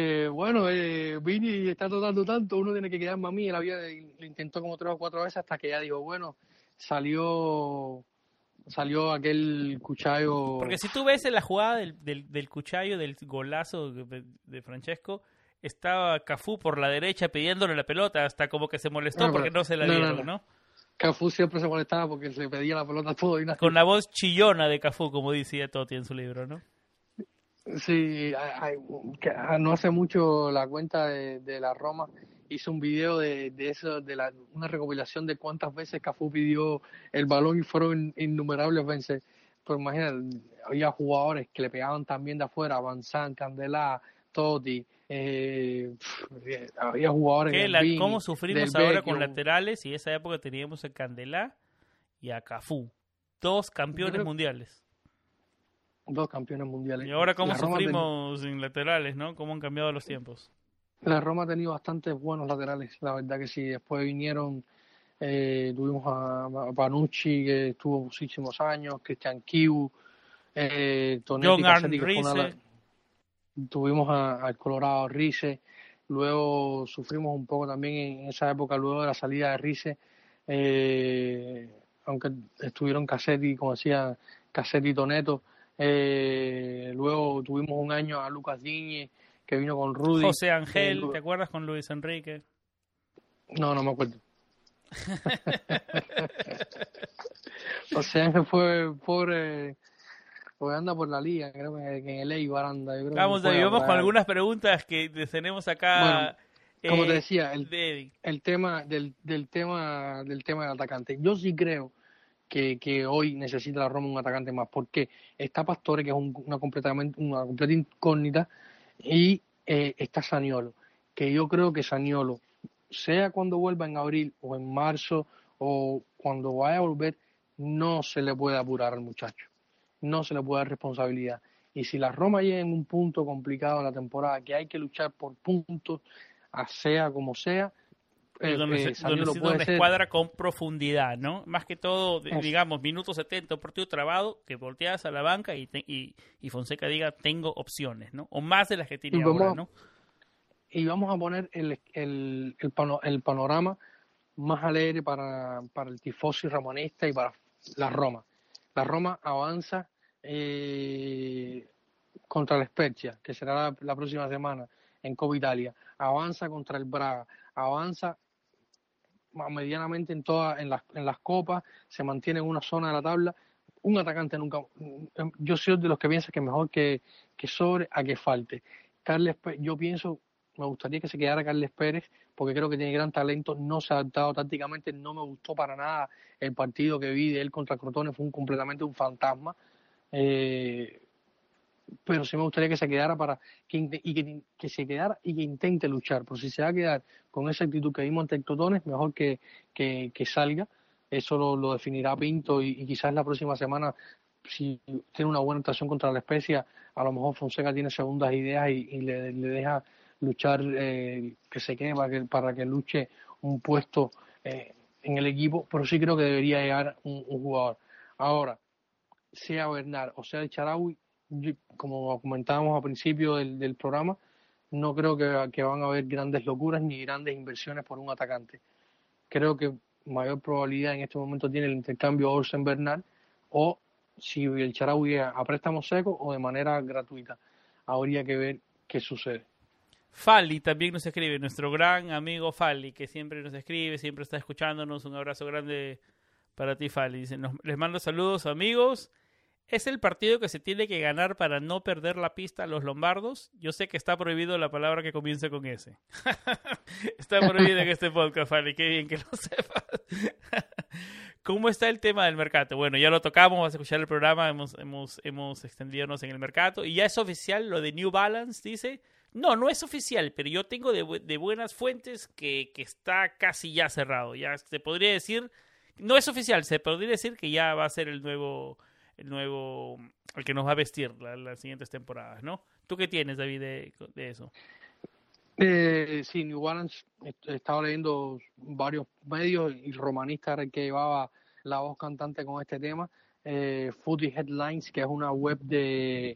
Vini está anotando tanto, uno tiene que quedarme a mí. Él lo intentó como 3 o 4 veces hasta que ya dijo, bueno, salió aquel cuchallo. Porque si tú ves en la jugada del cuchallo, del golazo de Francesco, estaba Cafú por la derecha pidiéndole la pelota, hasta como que se molestó porque no se la dieron, ¿no? Cafú siempre se molestaba porque se pedía la pelota todo. Con la voz chillona de Cafú, como decía Totti en su libro, ¿no? Sí, no hace mucho la cuenta de la Roma hizo un video de eso, una recopilación de cuántas veces Cafú pidió el balón y fueron innumerables veces. Pues imagínate, había jugadores que le pegaban también de afuera, Banzán, Candelá, Totti, había jugadores ¿Cómo Garbini, sufrimos Del ahora con Vecchio. laterales? Y esa época teníamos a Candelá y a Cafú, dos campeones mundiales. Dos campeones mundiales. Y ahora cómo La Roma sufrimos sin laterales, ¿no? Cómo han cambiado los tiempos. La Roma ha tenido bastantes buenos laterales, la verdad que sí. Después vinieron, tuvimos a Panucci, que estuvo muchísimos años, Cristian Chiu, Tonetti, John Cassetti, que fue Arne tuvimos al Colorado Rice, luego sufrimos un poco también en esa época, luego de la salida de Rice, aunque estuvieron Cassetti, como decía, Cassetti y Toneto. Luego tuvimos un año a Lucas Digne, que vino con Rudy. José Ángel, ¿te acuerdas con Luis Enrique? No me acuerdo. José Ángel fue pobre, porque anda por la liga, creo que en el Eibar anda. Vamos con algunas preguntas que tenemos acá. Bueno, como te decía, el tema del tema del atacante. Yo sí creo que hoy necesita la Roma un atacante más, porque está Pastore, que es una completa incógnita, y está Zaniolo, que yo creo que Zaniolo, sea cuando vuelva en abril o en marzo o cuando vaya a volver, no se le puede apurar al muchacho, no se le puede dar responsabilidad. Y si la Roma llega en un punto complicado en la temporada, que hay que luchar por puntos, sea como sea, donde necesita una escuadra con profundidad, ¿no? Más que todo, digamos, minuto 70, un partido trabado, que volteas a la banca y Fonseca diga, tengo opciones, ¿no? O más de las que tiene ahora, ¿no? Y vamos a poner el panorama más alegre para el tifosi ramonista y para la Roma. La Roma avanza contra la Spezia, que será la próxima semana en Coppa Italia. Avanza contra el Braga. Avanza medianamente en las copas, se mantiene en una zona de la tabla. Un atacante nunca, yo soy de los que piensa que mejor que sobre a que falte. Yo pienso, me gustaría que se quedara Carles Pérez, porque creo que tiene gran talento, no se ha adaptado tácticamente, no me gustó para nada el partido que vi de él contra Crotone, fue completamente un fantasma. Pero sí me gustaría que se quedara que se quedara y que intente luchar. Pero si se va a quedar con esa actitud que vimos ante el Crotone, mejor que salga. Eso lo definirá Pinto y quizás la próxima semana, si tiene una buena actuación contra la Spezia, a lo mejor Fonseca tiene segundas ideas y le deja luchar, que se quede para que luche un puesto en el equipo. Pero sí creo que debería llegar un jugador. Ahora, sea Bernal o sea el Shaarawy, como comentábamos al principio del programa, no creo que van a haber grandes locuras ni grandes inversiones por un atacante. Creo que mayor probabilidad en este momento tiene el intercambio Olsen-Bernal, o si el Shaarawy a préstamo seco o de manera gratuita. Habría que ver qué sucede. Fali también nos escribe, nuestro gran amigo Fali, que siempre nos escribe, siempre está escuchándonos. Un abrazo grande para ti, Fali. Dice, les mando saludos, amigos. ¿Es el partido que se tiene que ganar para no perder la pista a los lombardos? Yo sé que está prohibido la palabra que comience con S. Está prohibido en este podcast, Fali. Qué bien que lo sepas. ¿Cómo está el tema del mercado? Bueno, ya lo tocamos, vas a escuchar el programa, hemos extendidonos en el mercado. Y ya es oficial lo de New Balance, dice. No es oficial, pero yo tengo de buenas fuentes que está casi ya cerrado. Ya se podría decir, no es oficial, se podría decir que ya va a ser el que nos va a vestir las siguientes temporadas, ¿no? ¿Tú qué tienes, David, de eso? Sí, New Balance, he estado leyendo varios medios y Romanista era el que llevaba la voz cantante con este tema. Footy Headlines, que es una web de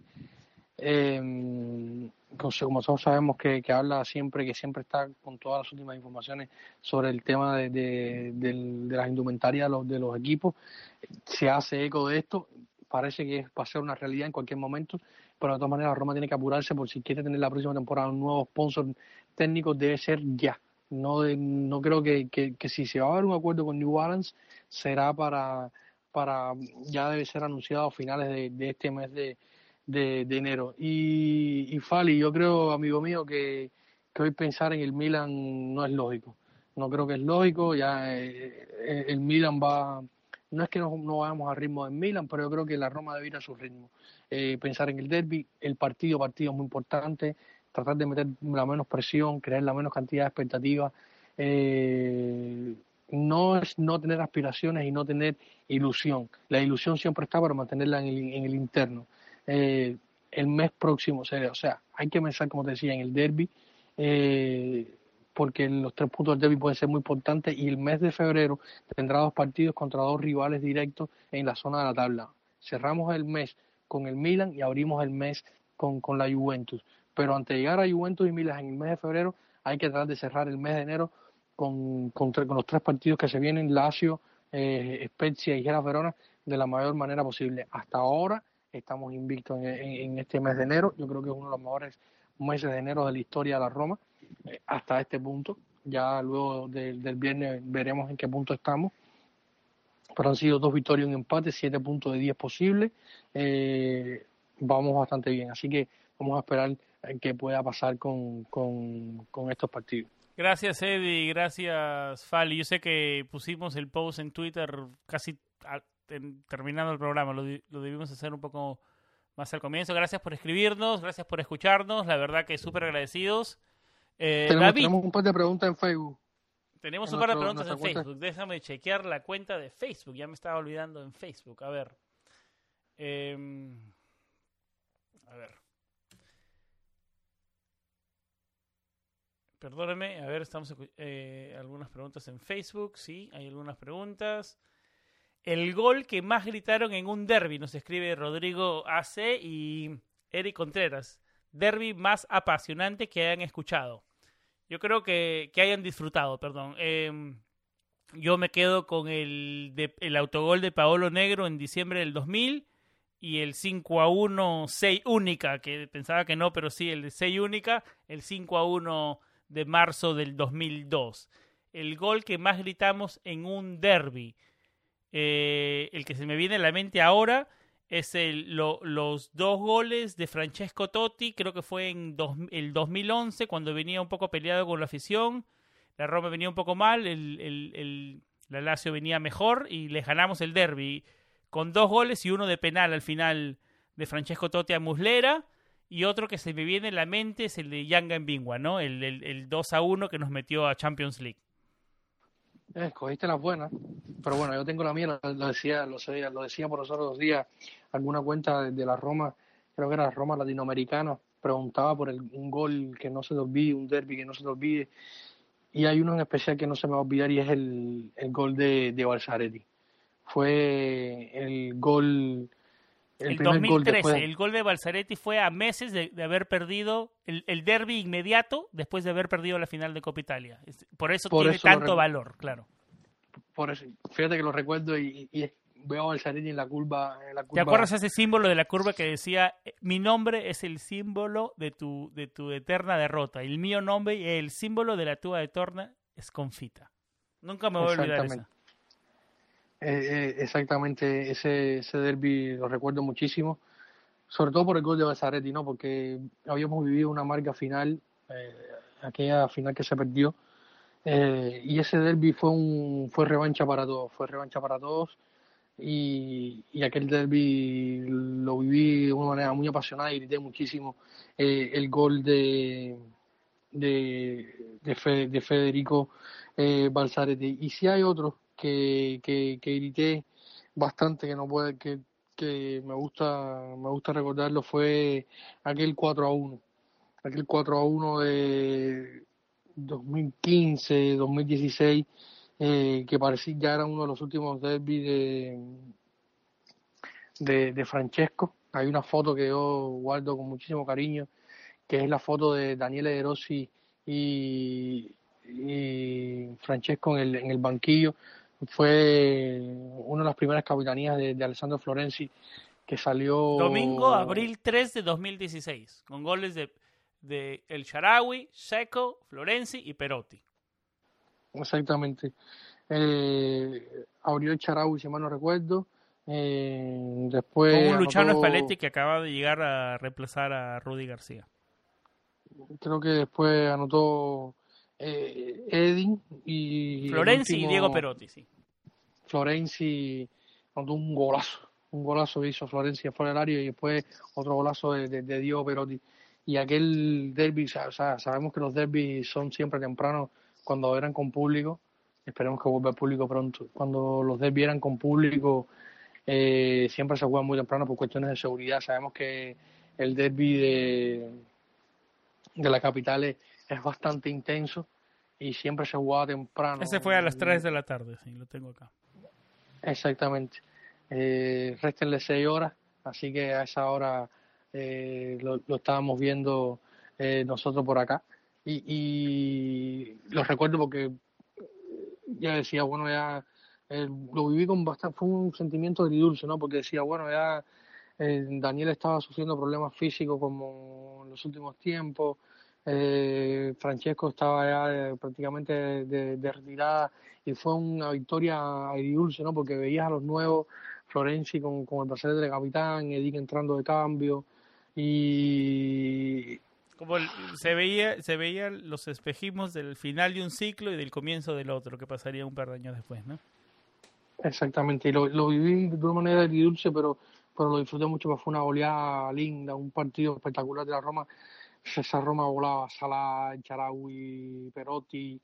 como todos sabemos que habla siempre, que siempre está con todas las últimas informaciones sobre el tema de las indumentarias de los equipos. Se hace eco de esto, parece que va a ser una realidad en cualquier momento, pero de todas maneras Roma tiene que apurarse, por si quiere tener la próxima temporada un nuevo sponsor técnico, debe ser ya. No creo que si se va a haber un acuerdo con New Balance será para ya debe ser anunciado a finales de este mes de enero. Y Fali, yo creo, amigo mío, que hoy pensar en el Milan no es lógico. No creo que es lógico. Ya el Milan va... No es que no vayamos a ritmo del Milan, pero yo creo que la Roma debe ir a su ritmo. Pensar en el derbi, el partido es muy importante, tratar de meter la menos presión, crear la menos cantidad de expectativas. No es no tener aspiraciones y no tener ilusión. La ilusión siempre está para mantenerla en el interno. El mes próximo, o sea, hay que pensar, como te decía, en el derbi, porque los 3 puntos del derbi pueden ser muy importantes, y el mes de febrero tendrá 2 partidos contra 2 rivales directos en la zona de la tabla. Cerramos el mes con el Milan y abrimos el mes con la Juventus. Pero antes de llegar a Juventus y Milan en el mes de febrero, hay que tratar de cerrar el mes de enero con los 3 partidos que se vienen, Lazio, Spezia y Hellas Verona, de la mayor manera posible. Hasta ahora estamos invictos en este mes de enero. Yo creo que es uno de los mejores meses de enero de la historia de la Roma, hasta este punto. Ya luego del viernes veremos en qué punto estamos. Pero han sido 2 victorias y un empate, 7 puntos de 10 posibles. Vamos bastante bien, así que vamos a esperar qué pueda pasar con estos partidos. Gracias, Eddie, gracias, Fali. Yo sé que pusimos el post en Twitter casi terminando el programa, lo debimos hacer un poco más al comienzo. Gracias por escribirnos, gracias por escucharnos, la verdad que súper agradecidos. Tenemos un par de preguntas en Facebook. Tenemos un par de preguntas en Facebook. Déjame chequear la cuenta de Facebook, ya me estaba olvidando en Facebook. A ver. Perdóneme, a ver, estamos algunas preguntas en Facebook, sí, hay algunas preguntas. El gol que más gritaron en un derbi, nos escribe Rodrigo AC y Eric Contreras. Derbi más apasionante que hayan escuchado. Yo creo que hayan disfrutado, perdón. Yo me quedo con el autogol de Paolo Negro en diciembre del 2000 y el 5-1 6 única, que pensaba que no, pero sí, el de 6 única, el 5-1 de marzo del 2002. El gol que más gritamos en un derbi. El que se me viene a la mente ahora es los 2 goles de Francesco Totti, creo que fue en el 2011, cuando venía un poco peleado con la afición. La Roma venía un poco mal, la Lazio venía mejor y les ganamos el derbi con 2 goles y uno de penal al final de Francesco Totti a Muslera. Y otro que se me viene en la mente es el de Yanga en Bingua, ¿no? El 2-1 que nos metió a Champions League. Escogiste las buenas, pero bueno, yo tengo la mía, lo decía por los otros días, alguna cuenta de la Roma, creo que era la Roma latinoamericana, preguntaba por un gol que no se te olvide, un derbi que no se te olvide, y hay uno en especial que no se me va a olvidar, y es el gol de Balzaretti. Fue el gol... El 2013, el gol de Balzaretti fue a meses de haber perdido el derbi inmediato después de haber perdido la final de Copa Italia. Por eso tiene tanto valor, claro. Por eso, fíjate que lo recuerdo y veo a Balzaretti en la curva. ¿Te acuerdas ese símbolo de la curva que decía: mi nombre es el símbolo de tu eterna derrota, el mío nombre es el símbolo de la tua eterna sconfitta? Nunca me voy a olvidar eso. Exactamente, ese derbi lo recuerdo muchísimo, sobre todo por el gol de Balzaretti, ¿no? Porque habíamos vivido una amarga final, aquella final que se perdió, y ese derbi fue revancha para todos, y aquel derbi lo viví de una manera muy apasionada y grité muchísimo el gol de Federico Balzaretti. Y si hay otros que grité bastante, que me gusta recordarlo, fue aquel 4-1 de 2015, 2016, que parecía ya era uno de los últimos derbis de Francesco. Hay una foto que yo guardo con muchísimo cariño, que es la foto de Daniele De Rossi y Francesco en el banquillo. Fue una de las primeras capitanías de Alessandro Florenzi, que salió... Domingo, abril 3 de 2016, con goles de El Shaarawy, Seco, Florenzi y Perotti. Exactamente. Abrió El Shaarawy, si mal no recuerdo, Después Con un Luciano anotó, Spalletti que acaba de llegar a reemplazar a Rudy García. creo que después anotó Edin y el Florenzi y Diego último Perotti, sí. Florenzi anotó un golazo que hizo Florenzi fuera del área y después otro golazo de Diego Perotti. Y aquel derbi, o sea, sabemos que los derbis son siempre tempranos cuando eran con público, esperemos que vuelva el público pronto. Cuando los derbis eran con público, siempre se juegan muy temprano por cuestiones de seguridad. Sabemos que el derbi de la capital es bastante intenso y siempre se jugaba temprano. Ese fue a las 3 de la tarde, sí, lo tengo acá. Exactamente. Réstenle 6 horas, así que a esa hora lo estábamos viendo nosotros por acá. Y lo recuerdo porque ya decía, bueno, ya lo viví con bastante, fue un sentimiento agridulce, ¿no? Porque decía, bueno, ya Daniel estaba sufriendo problemas físicos como en los últimos tiempos, Francesco estaba ya prácticamente de retirada y fue una victoria agridulce, ¿no? Porque veías a los nuevos, Florenzi con el brazalete de capitán, Edic entrando de cambio y Como se veía los espejismos del final de un ciclo y del comienzo del otro, que pasaría un par de años después, ¿no? exactamente, y lo viví de una manera agridulce, pero lo disfruté mucho, porque fue una goleada linda, un partido espectacular de la Roma. Esa Roma volaba, Salah, Charaui, Perotti,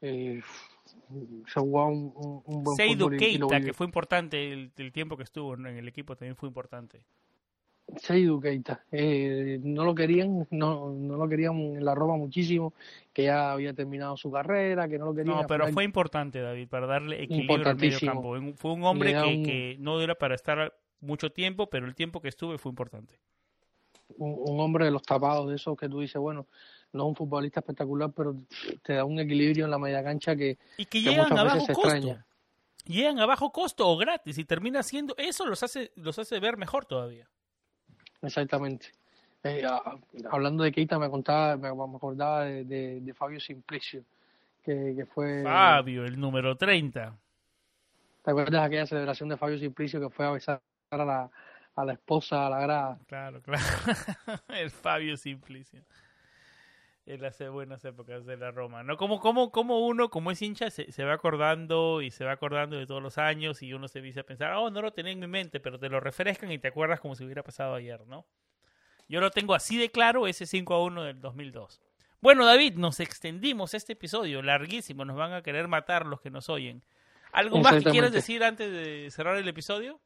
se jugaba un buen Seydou fútbol y lo Keita, viví. que fue importante el tiempo que estuvo, ¿no?, en el equipo, también fue importante. Seydou Keita, no lo querían, no lo querían en la Roma muchísimo, que ya había terminado su carrera, que no lo querían. No, Al pero final, fue importante, David, para darle equilibrio al medio importantísimo. campo. Fue un Le hombre da que no era para estar mucho tiempo, pero el tiempo que estuve fue importante. un hombre de los tapados, de esos que tú dices, bueno, no es un futbolista espectacular, pero te da un equilibrio en la media cancha que Y que llegan muchas a veces bajo se costo. extraña. Llegan a bajo costo o gratis y termina siendo, eso los hace ver mejor todavía. Exactamente. Hablando de Keita, me acordaba de Fabio Simplicio, que fue... Fabio, el número 30. ¿Te acuerdas de aquella celebración de Fabio Simplicio que fue a besar a la esposa a la grada? Claro. El Fabio Simplicio. Él hace buenas épocas de la Roma, ¿no? Como uno, como es hincha, se va acordando y se va acordando de todos los años y uno se dice a pensar, oh, no lo tenía en mi mente, pero te lo refrescan y te acuerdas como si hubiera pasado ayer, ¿no? Yo lo tengo así de claro, ese 5-1 del 2002. Bueno, David, nos extendimos este episodio, larguísimo, nos van a querer matar los que nos oyen. ¿Algo más que quieras decir antes de cerrar el episodio?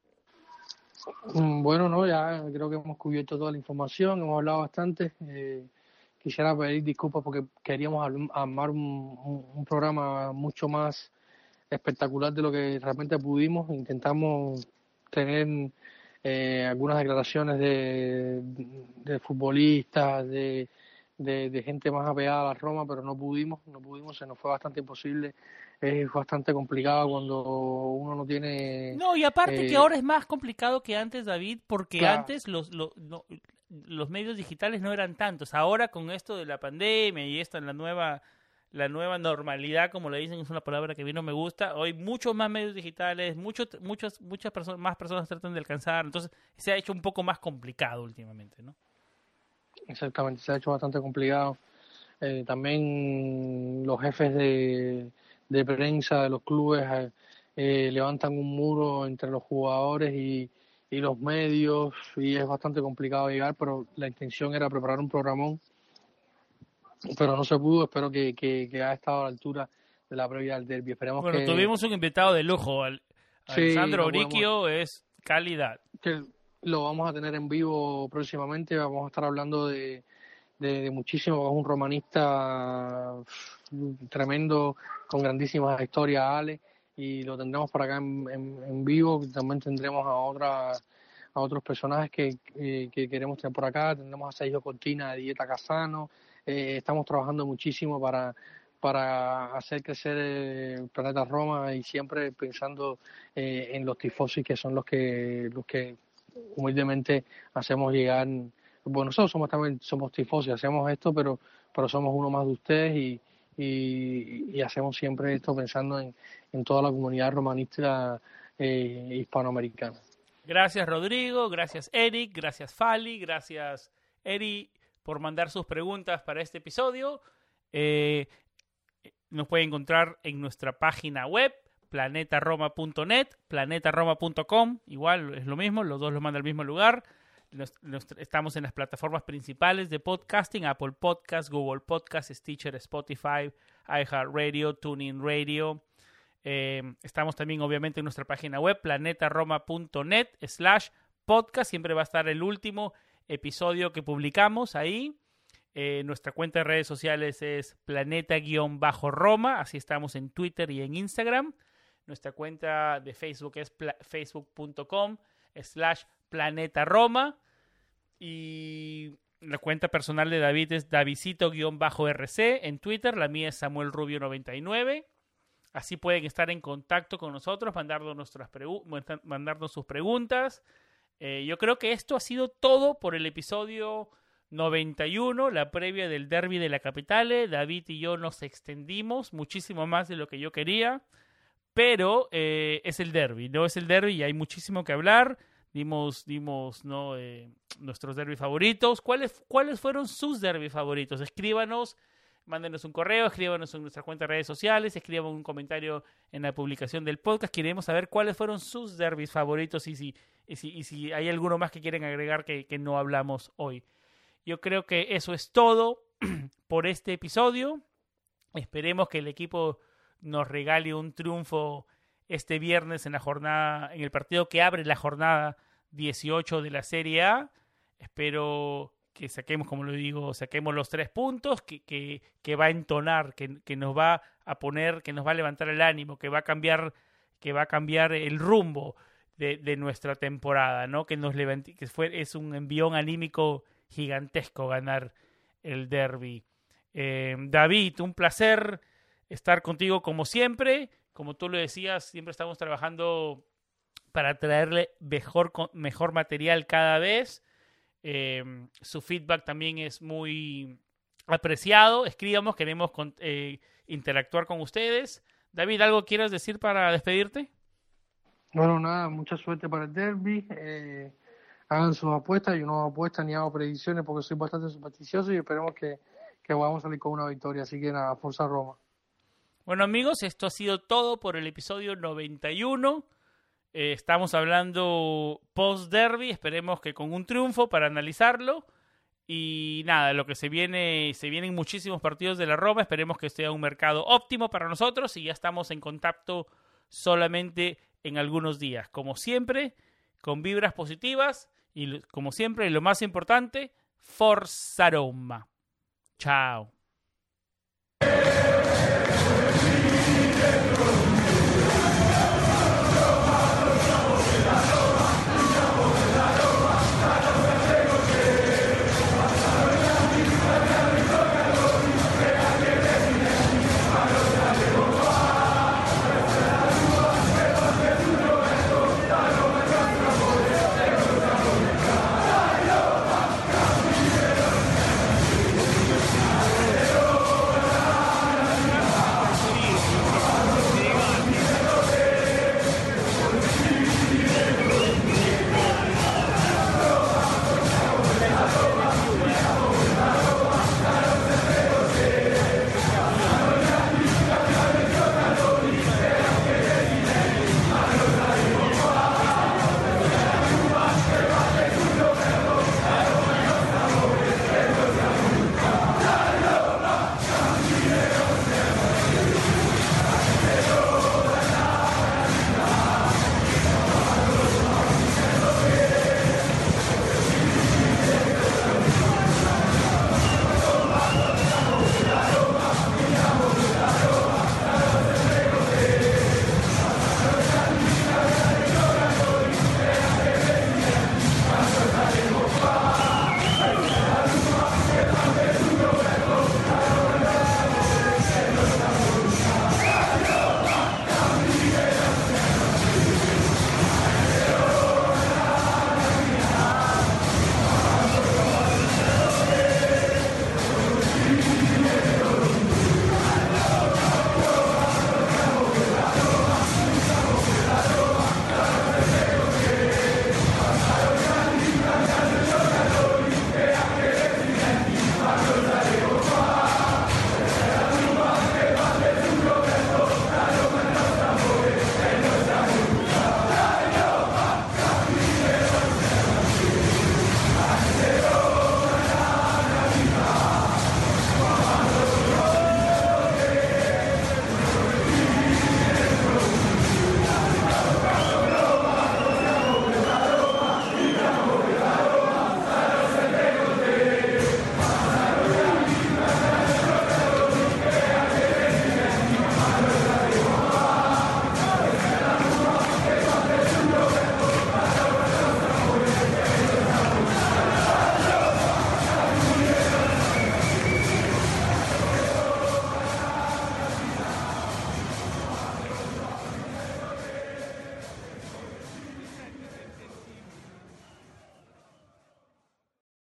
Bueno, no, ya creo que hemos cubierto toda la información, hemos hablado bastante. Quisiera pedir disculpas porque queríamos armar un programa mucho más espectacular de lo que realmente pudimos. Intentamos tener algunas declaraciones de futbolistas, de gente más apegada a la Roma, pero no pudimos, se nos fue bastante imposible. Es bastante complicado cuando uno no tiene... No, y aparte que ahora es más complicado que antes, David, porque claro. Antes los medios digitales no eran tantos. Ahora con esto de la pandemia y esto en la nueva normalidad, como le dicen, es una palabra que a mí no me gusta. Hoy muchos más medios digitales, muchas personas, más personas tratan de alcanzar. Entonces se ha hecho un poco más complicado últimamente, ¿no? Exactamente, se ha hecho bastante complicado. También los jefes de prensa de los clubes levantan un muro entre los jugadores y los medios y es bastante complicado llegar, pero la intención era preparar un programón, pero no se pudo. Espero que haya estado a la altura de la previa del derbi. Esperemos bueno, tuvimos un invitado de lujo, Alessandro Oricchio, es calidad. Que lo vamos a tener en vivo próximamente, vamos a estar hablando de muchísimo, es un romanista tremendo, con grandísimas historias, Ale, y lo tendremos por acá en vivo. También tendremos a otros personajes que queremos tener por acá. Tendremos a Sergio Cortina de Dieta Casano. Estamos trabajando muchísimo para hacer crecer el Planeta Roma y siempre pensando en los tifosi, que son los que humildemente hacemos llegar. Bueno, nosotros somos tifosi, hacemos esto, pero somos uno más de ustedes y hacemos siempre esto pensando en toda la comunidad romanista hispanoamericana. Gracias Rodrigo, gracias Eric, gracias Fali, gracias Eri por mandar sus preguntas para este episodio. Nos pueden encontrar en nuestra página web, planetaroma.net, planetaroma.com, igual es lo mismo, los dos los manda al mismo lugar. Estamos en las plataformas principales de podcasting, Apple Podcasts, Google Podcasts, Stitcher, Spotify, iHeartRadio, TuneIn Radio. Estamos también obviamente en nuestra página web, planetaroma.net/podcast. Siempre va a estar el último episodio que publicamos ahí. Nuestra cuenta de redes sociales es planeta-roma, así estamos en Twitter y en Instagram. Nuestra cuenta de Facebook es facebook.com/planetaroma. Y la cuenta personal de David es davidcito-rc en Twitter. La mía es Samuel Rubio 99. Así pueden estar en contacto con nosotros, mandarnos sus preguntas. Yo creo que esto ha sido todo por el episodio 91, la previa del derbi de la Capitale. David y yo nos extendimos muchísimo más de lo que yo quería, pero es el derbi, ¿no? Es el derbi y hay muchísimo que hablar. Dimos ¿no? Nuestros derbi favoritos. ¿Cuáles fueron sus derbi favoritos? Escríbanos, mándenos un correo, escríbanos en nuestra cuenta de redes sociales, escriban un comentario en la publicación del podcast. Queremos saber cuáles fueron sus derbis favoritos y si hay alguno más que quieren agregar que no hablamos hoy. Yo creo que eso es todo por este episodio. Esperemos que el equipo nos regale un triunfo este viernes en el partido que abre la jornada 18 de la Serie A. Espero que saquemos, como lo digo, saquemos los 3 puntos, que va a entonar, que nos va a poner, que nos va a levantar el ánimo, que va a cambiar el rumbo de nuestra temporada, ¿no? Que nos levante, es un envión anímico gigantesco ganar el derbi. David, un placer estar contigo como siempre. Como tú lo decías, siempre estamos trabajando para traerle mejor material cada vez. Su feedback también es muy apreciado. Escríbanos, queremos interactuar con ustedes. David, ¿algo quieras decir para despedirte? Bueno, nada, mucha suerte para el derbi. Hagan sus apuestas. Yo no apuesto ni hago predicciones porque soy bastante supersticioso y esperemos que vamos a salir con una victoria. Así que nada, Forza Roma. Bueno amigos, esto ha sido todo por el episodio 91. Estamos hablando post-derby, esperemos que con un triunfo para analizarlo. Y nada, lo que se vienen muchísimos partidos de la Roma, esperemos que sea un mercado óptimo para nosotros y ya estamos en contacto solamente en algunos días. Como siempre, con vibras positivas y como siempre, lo más importante, Forza Roma. Chao.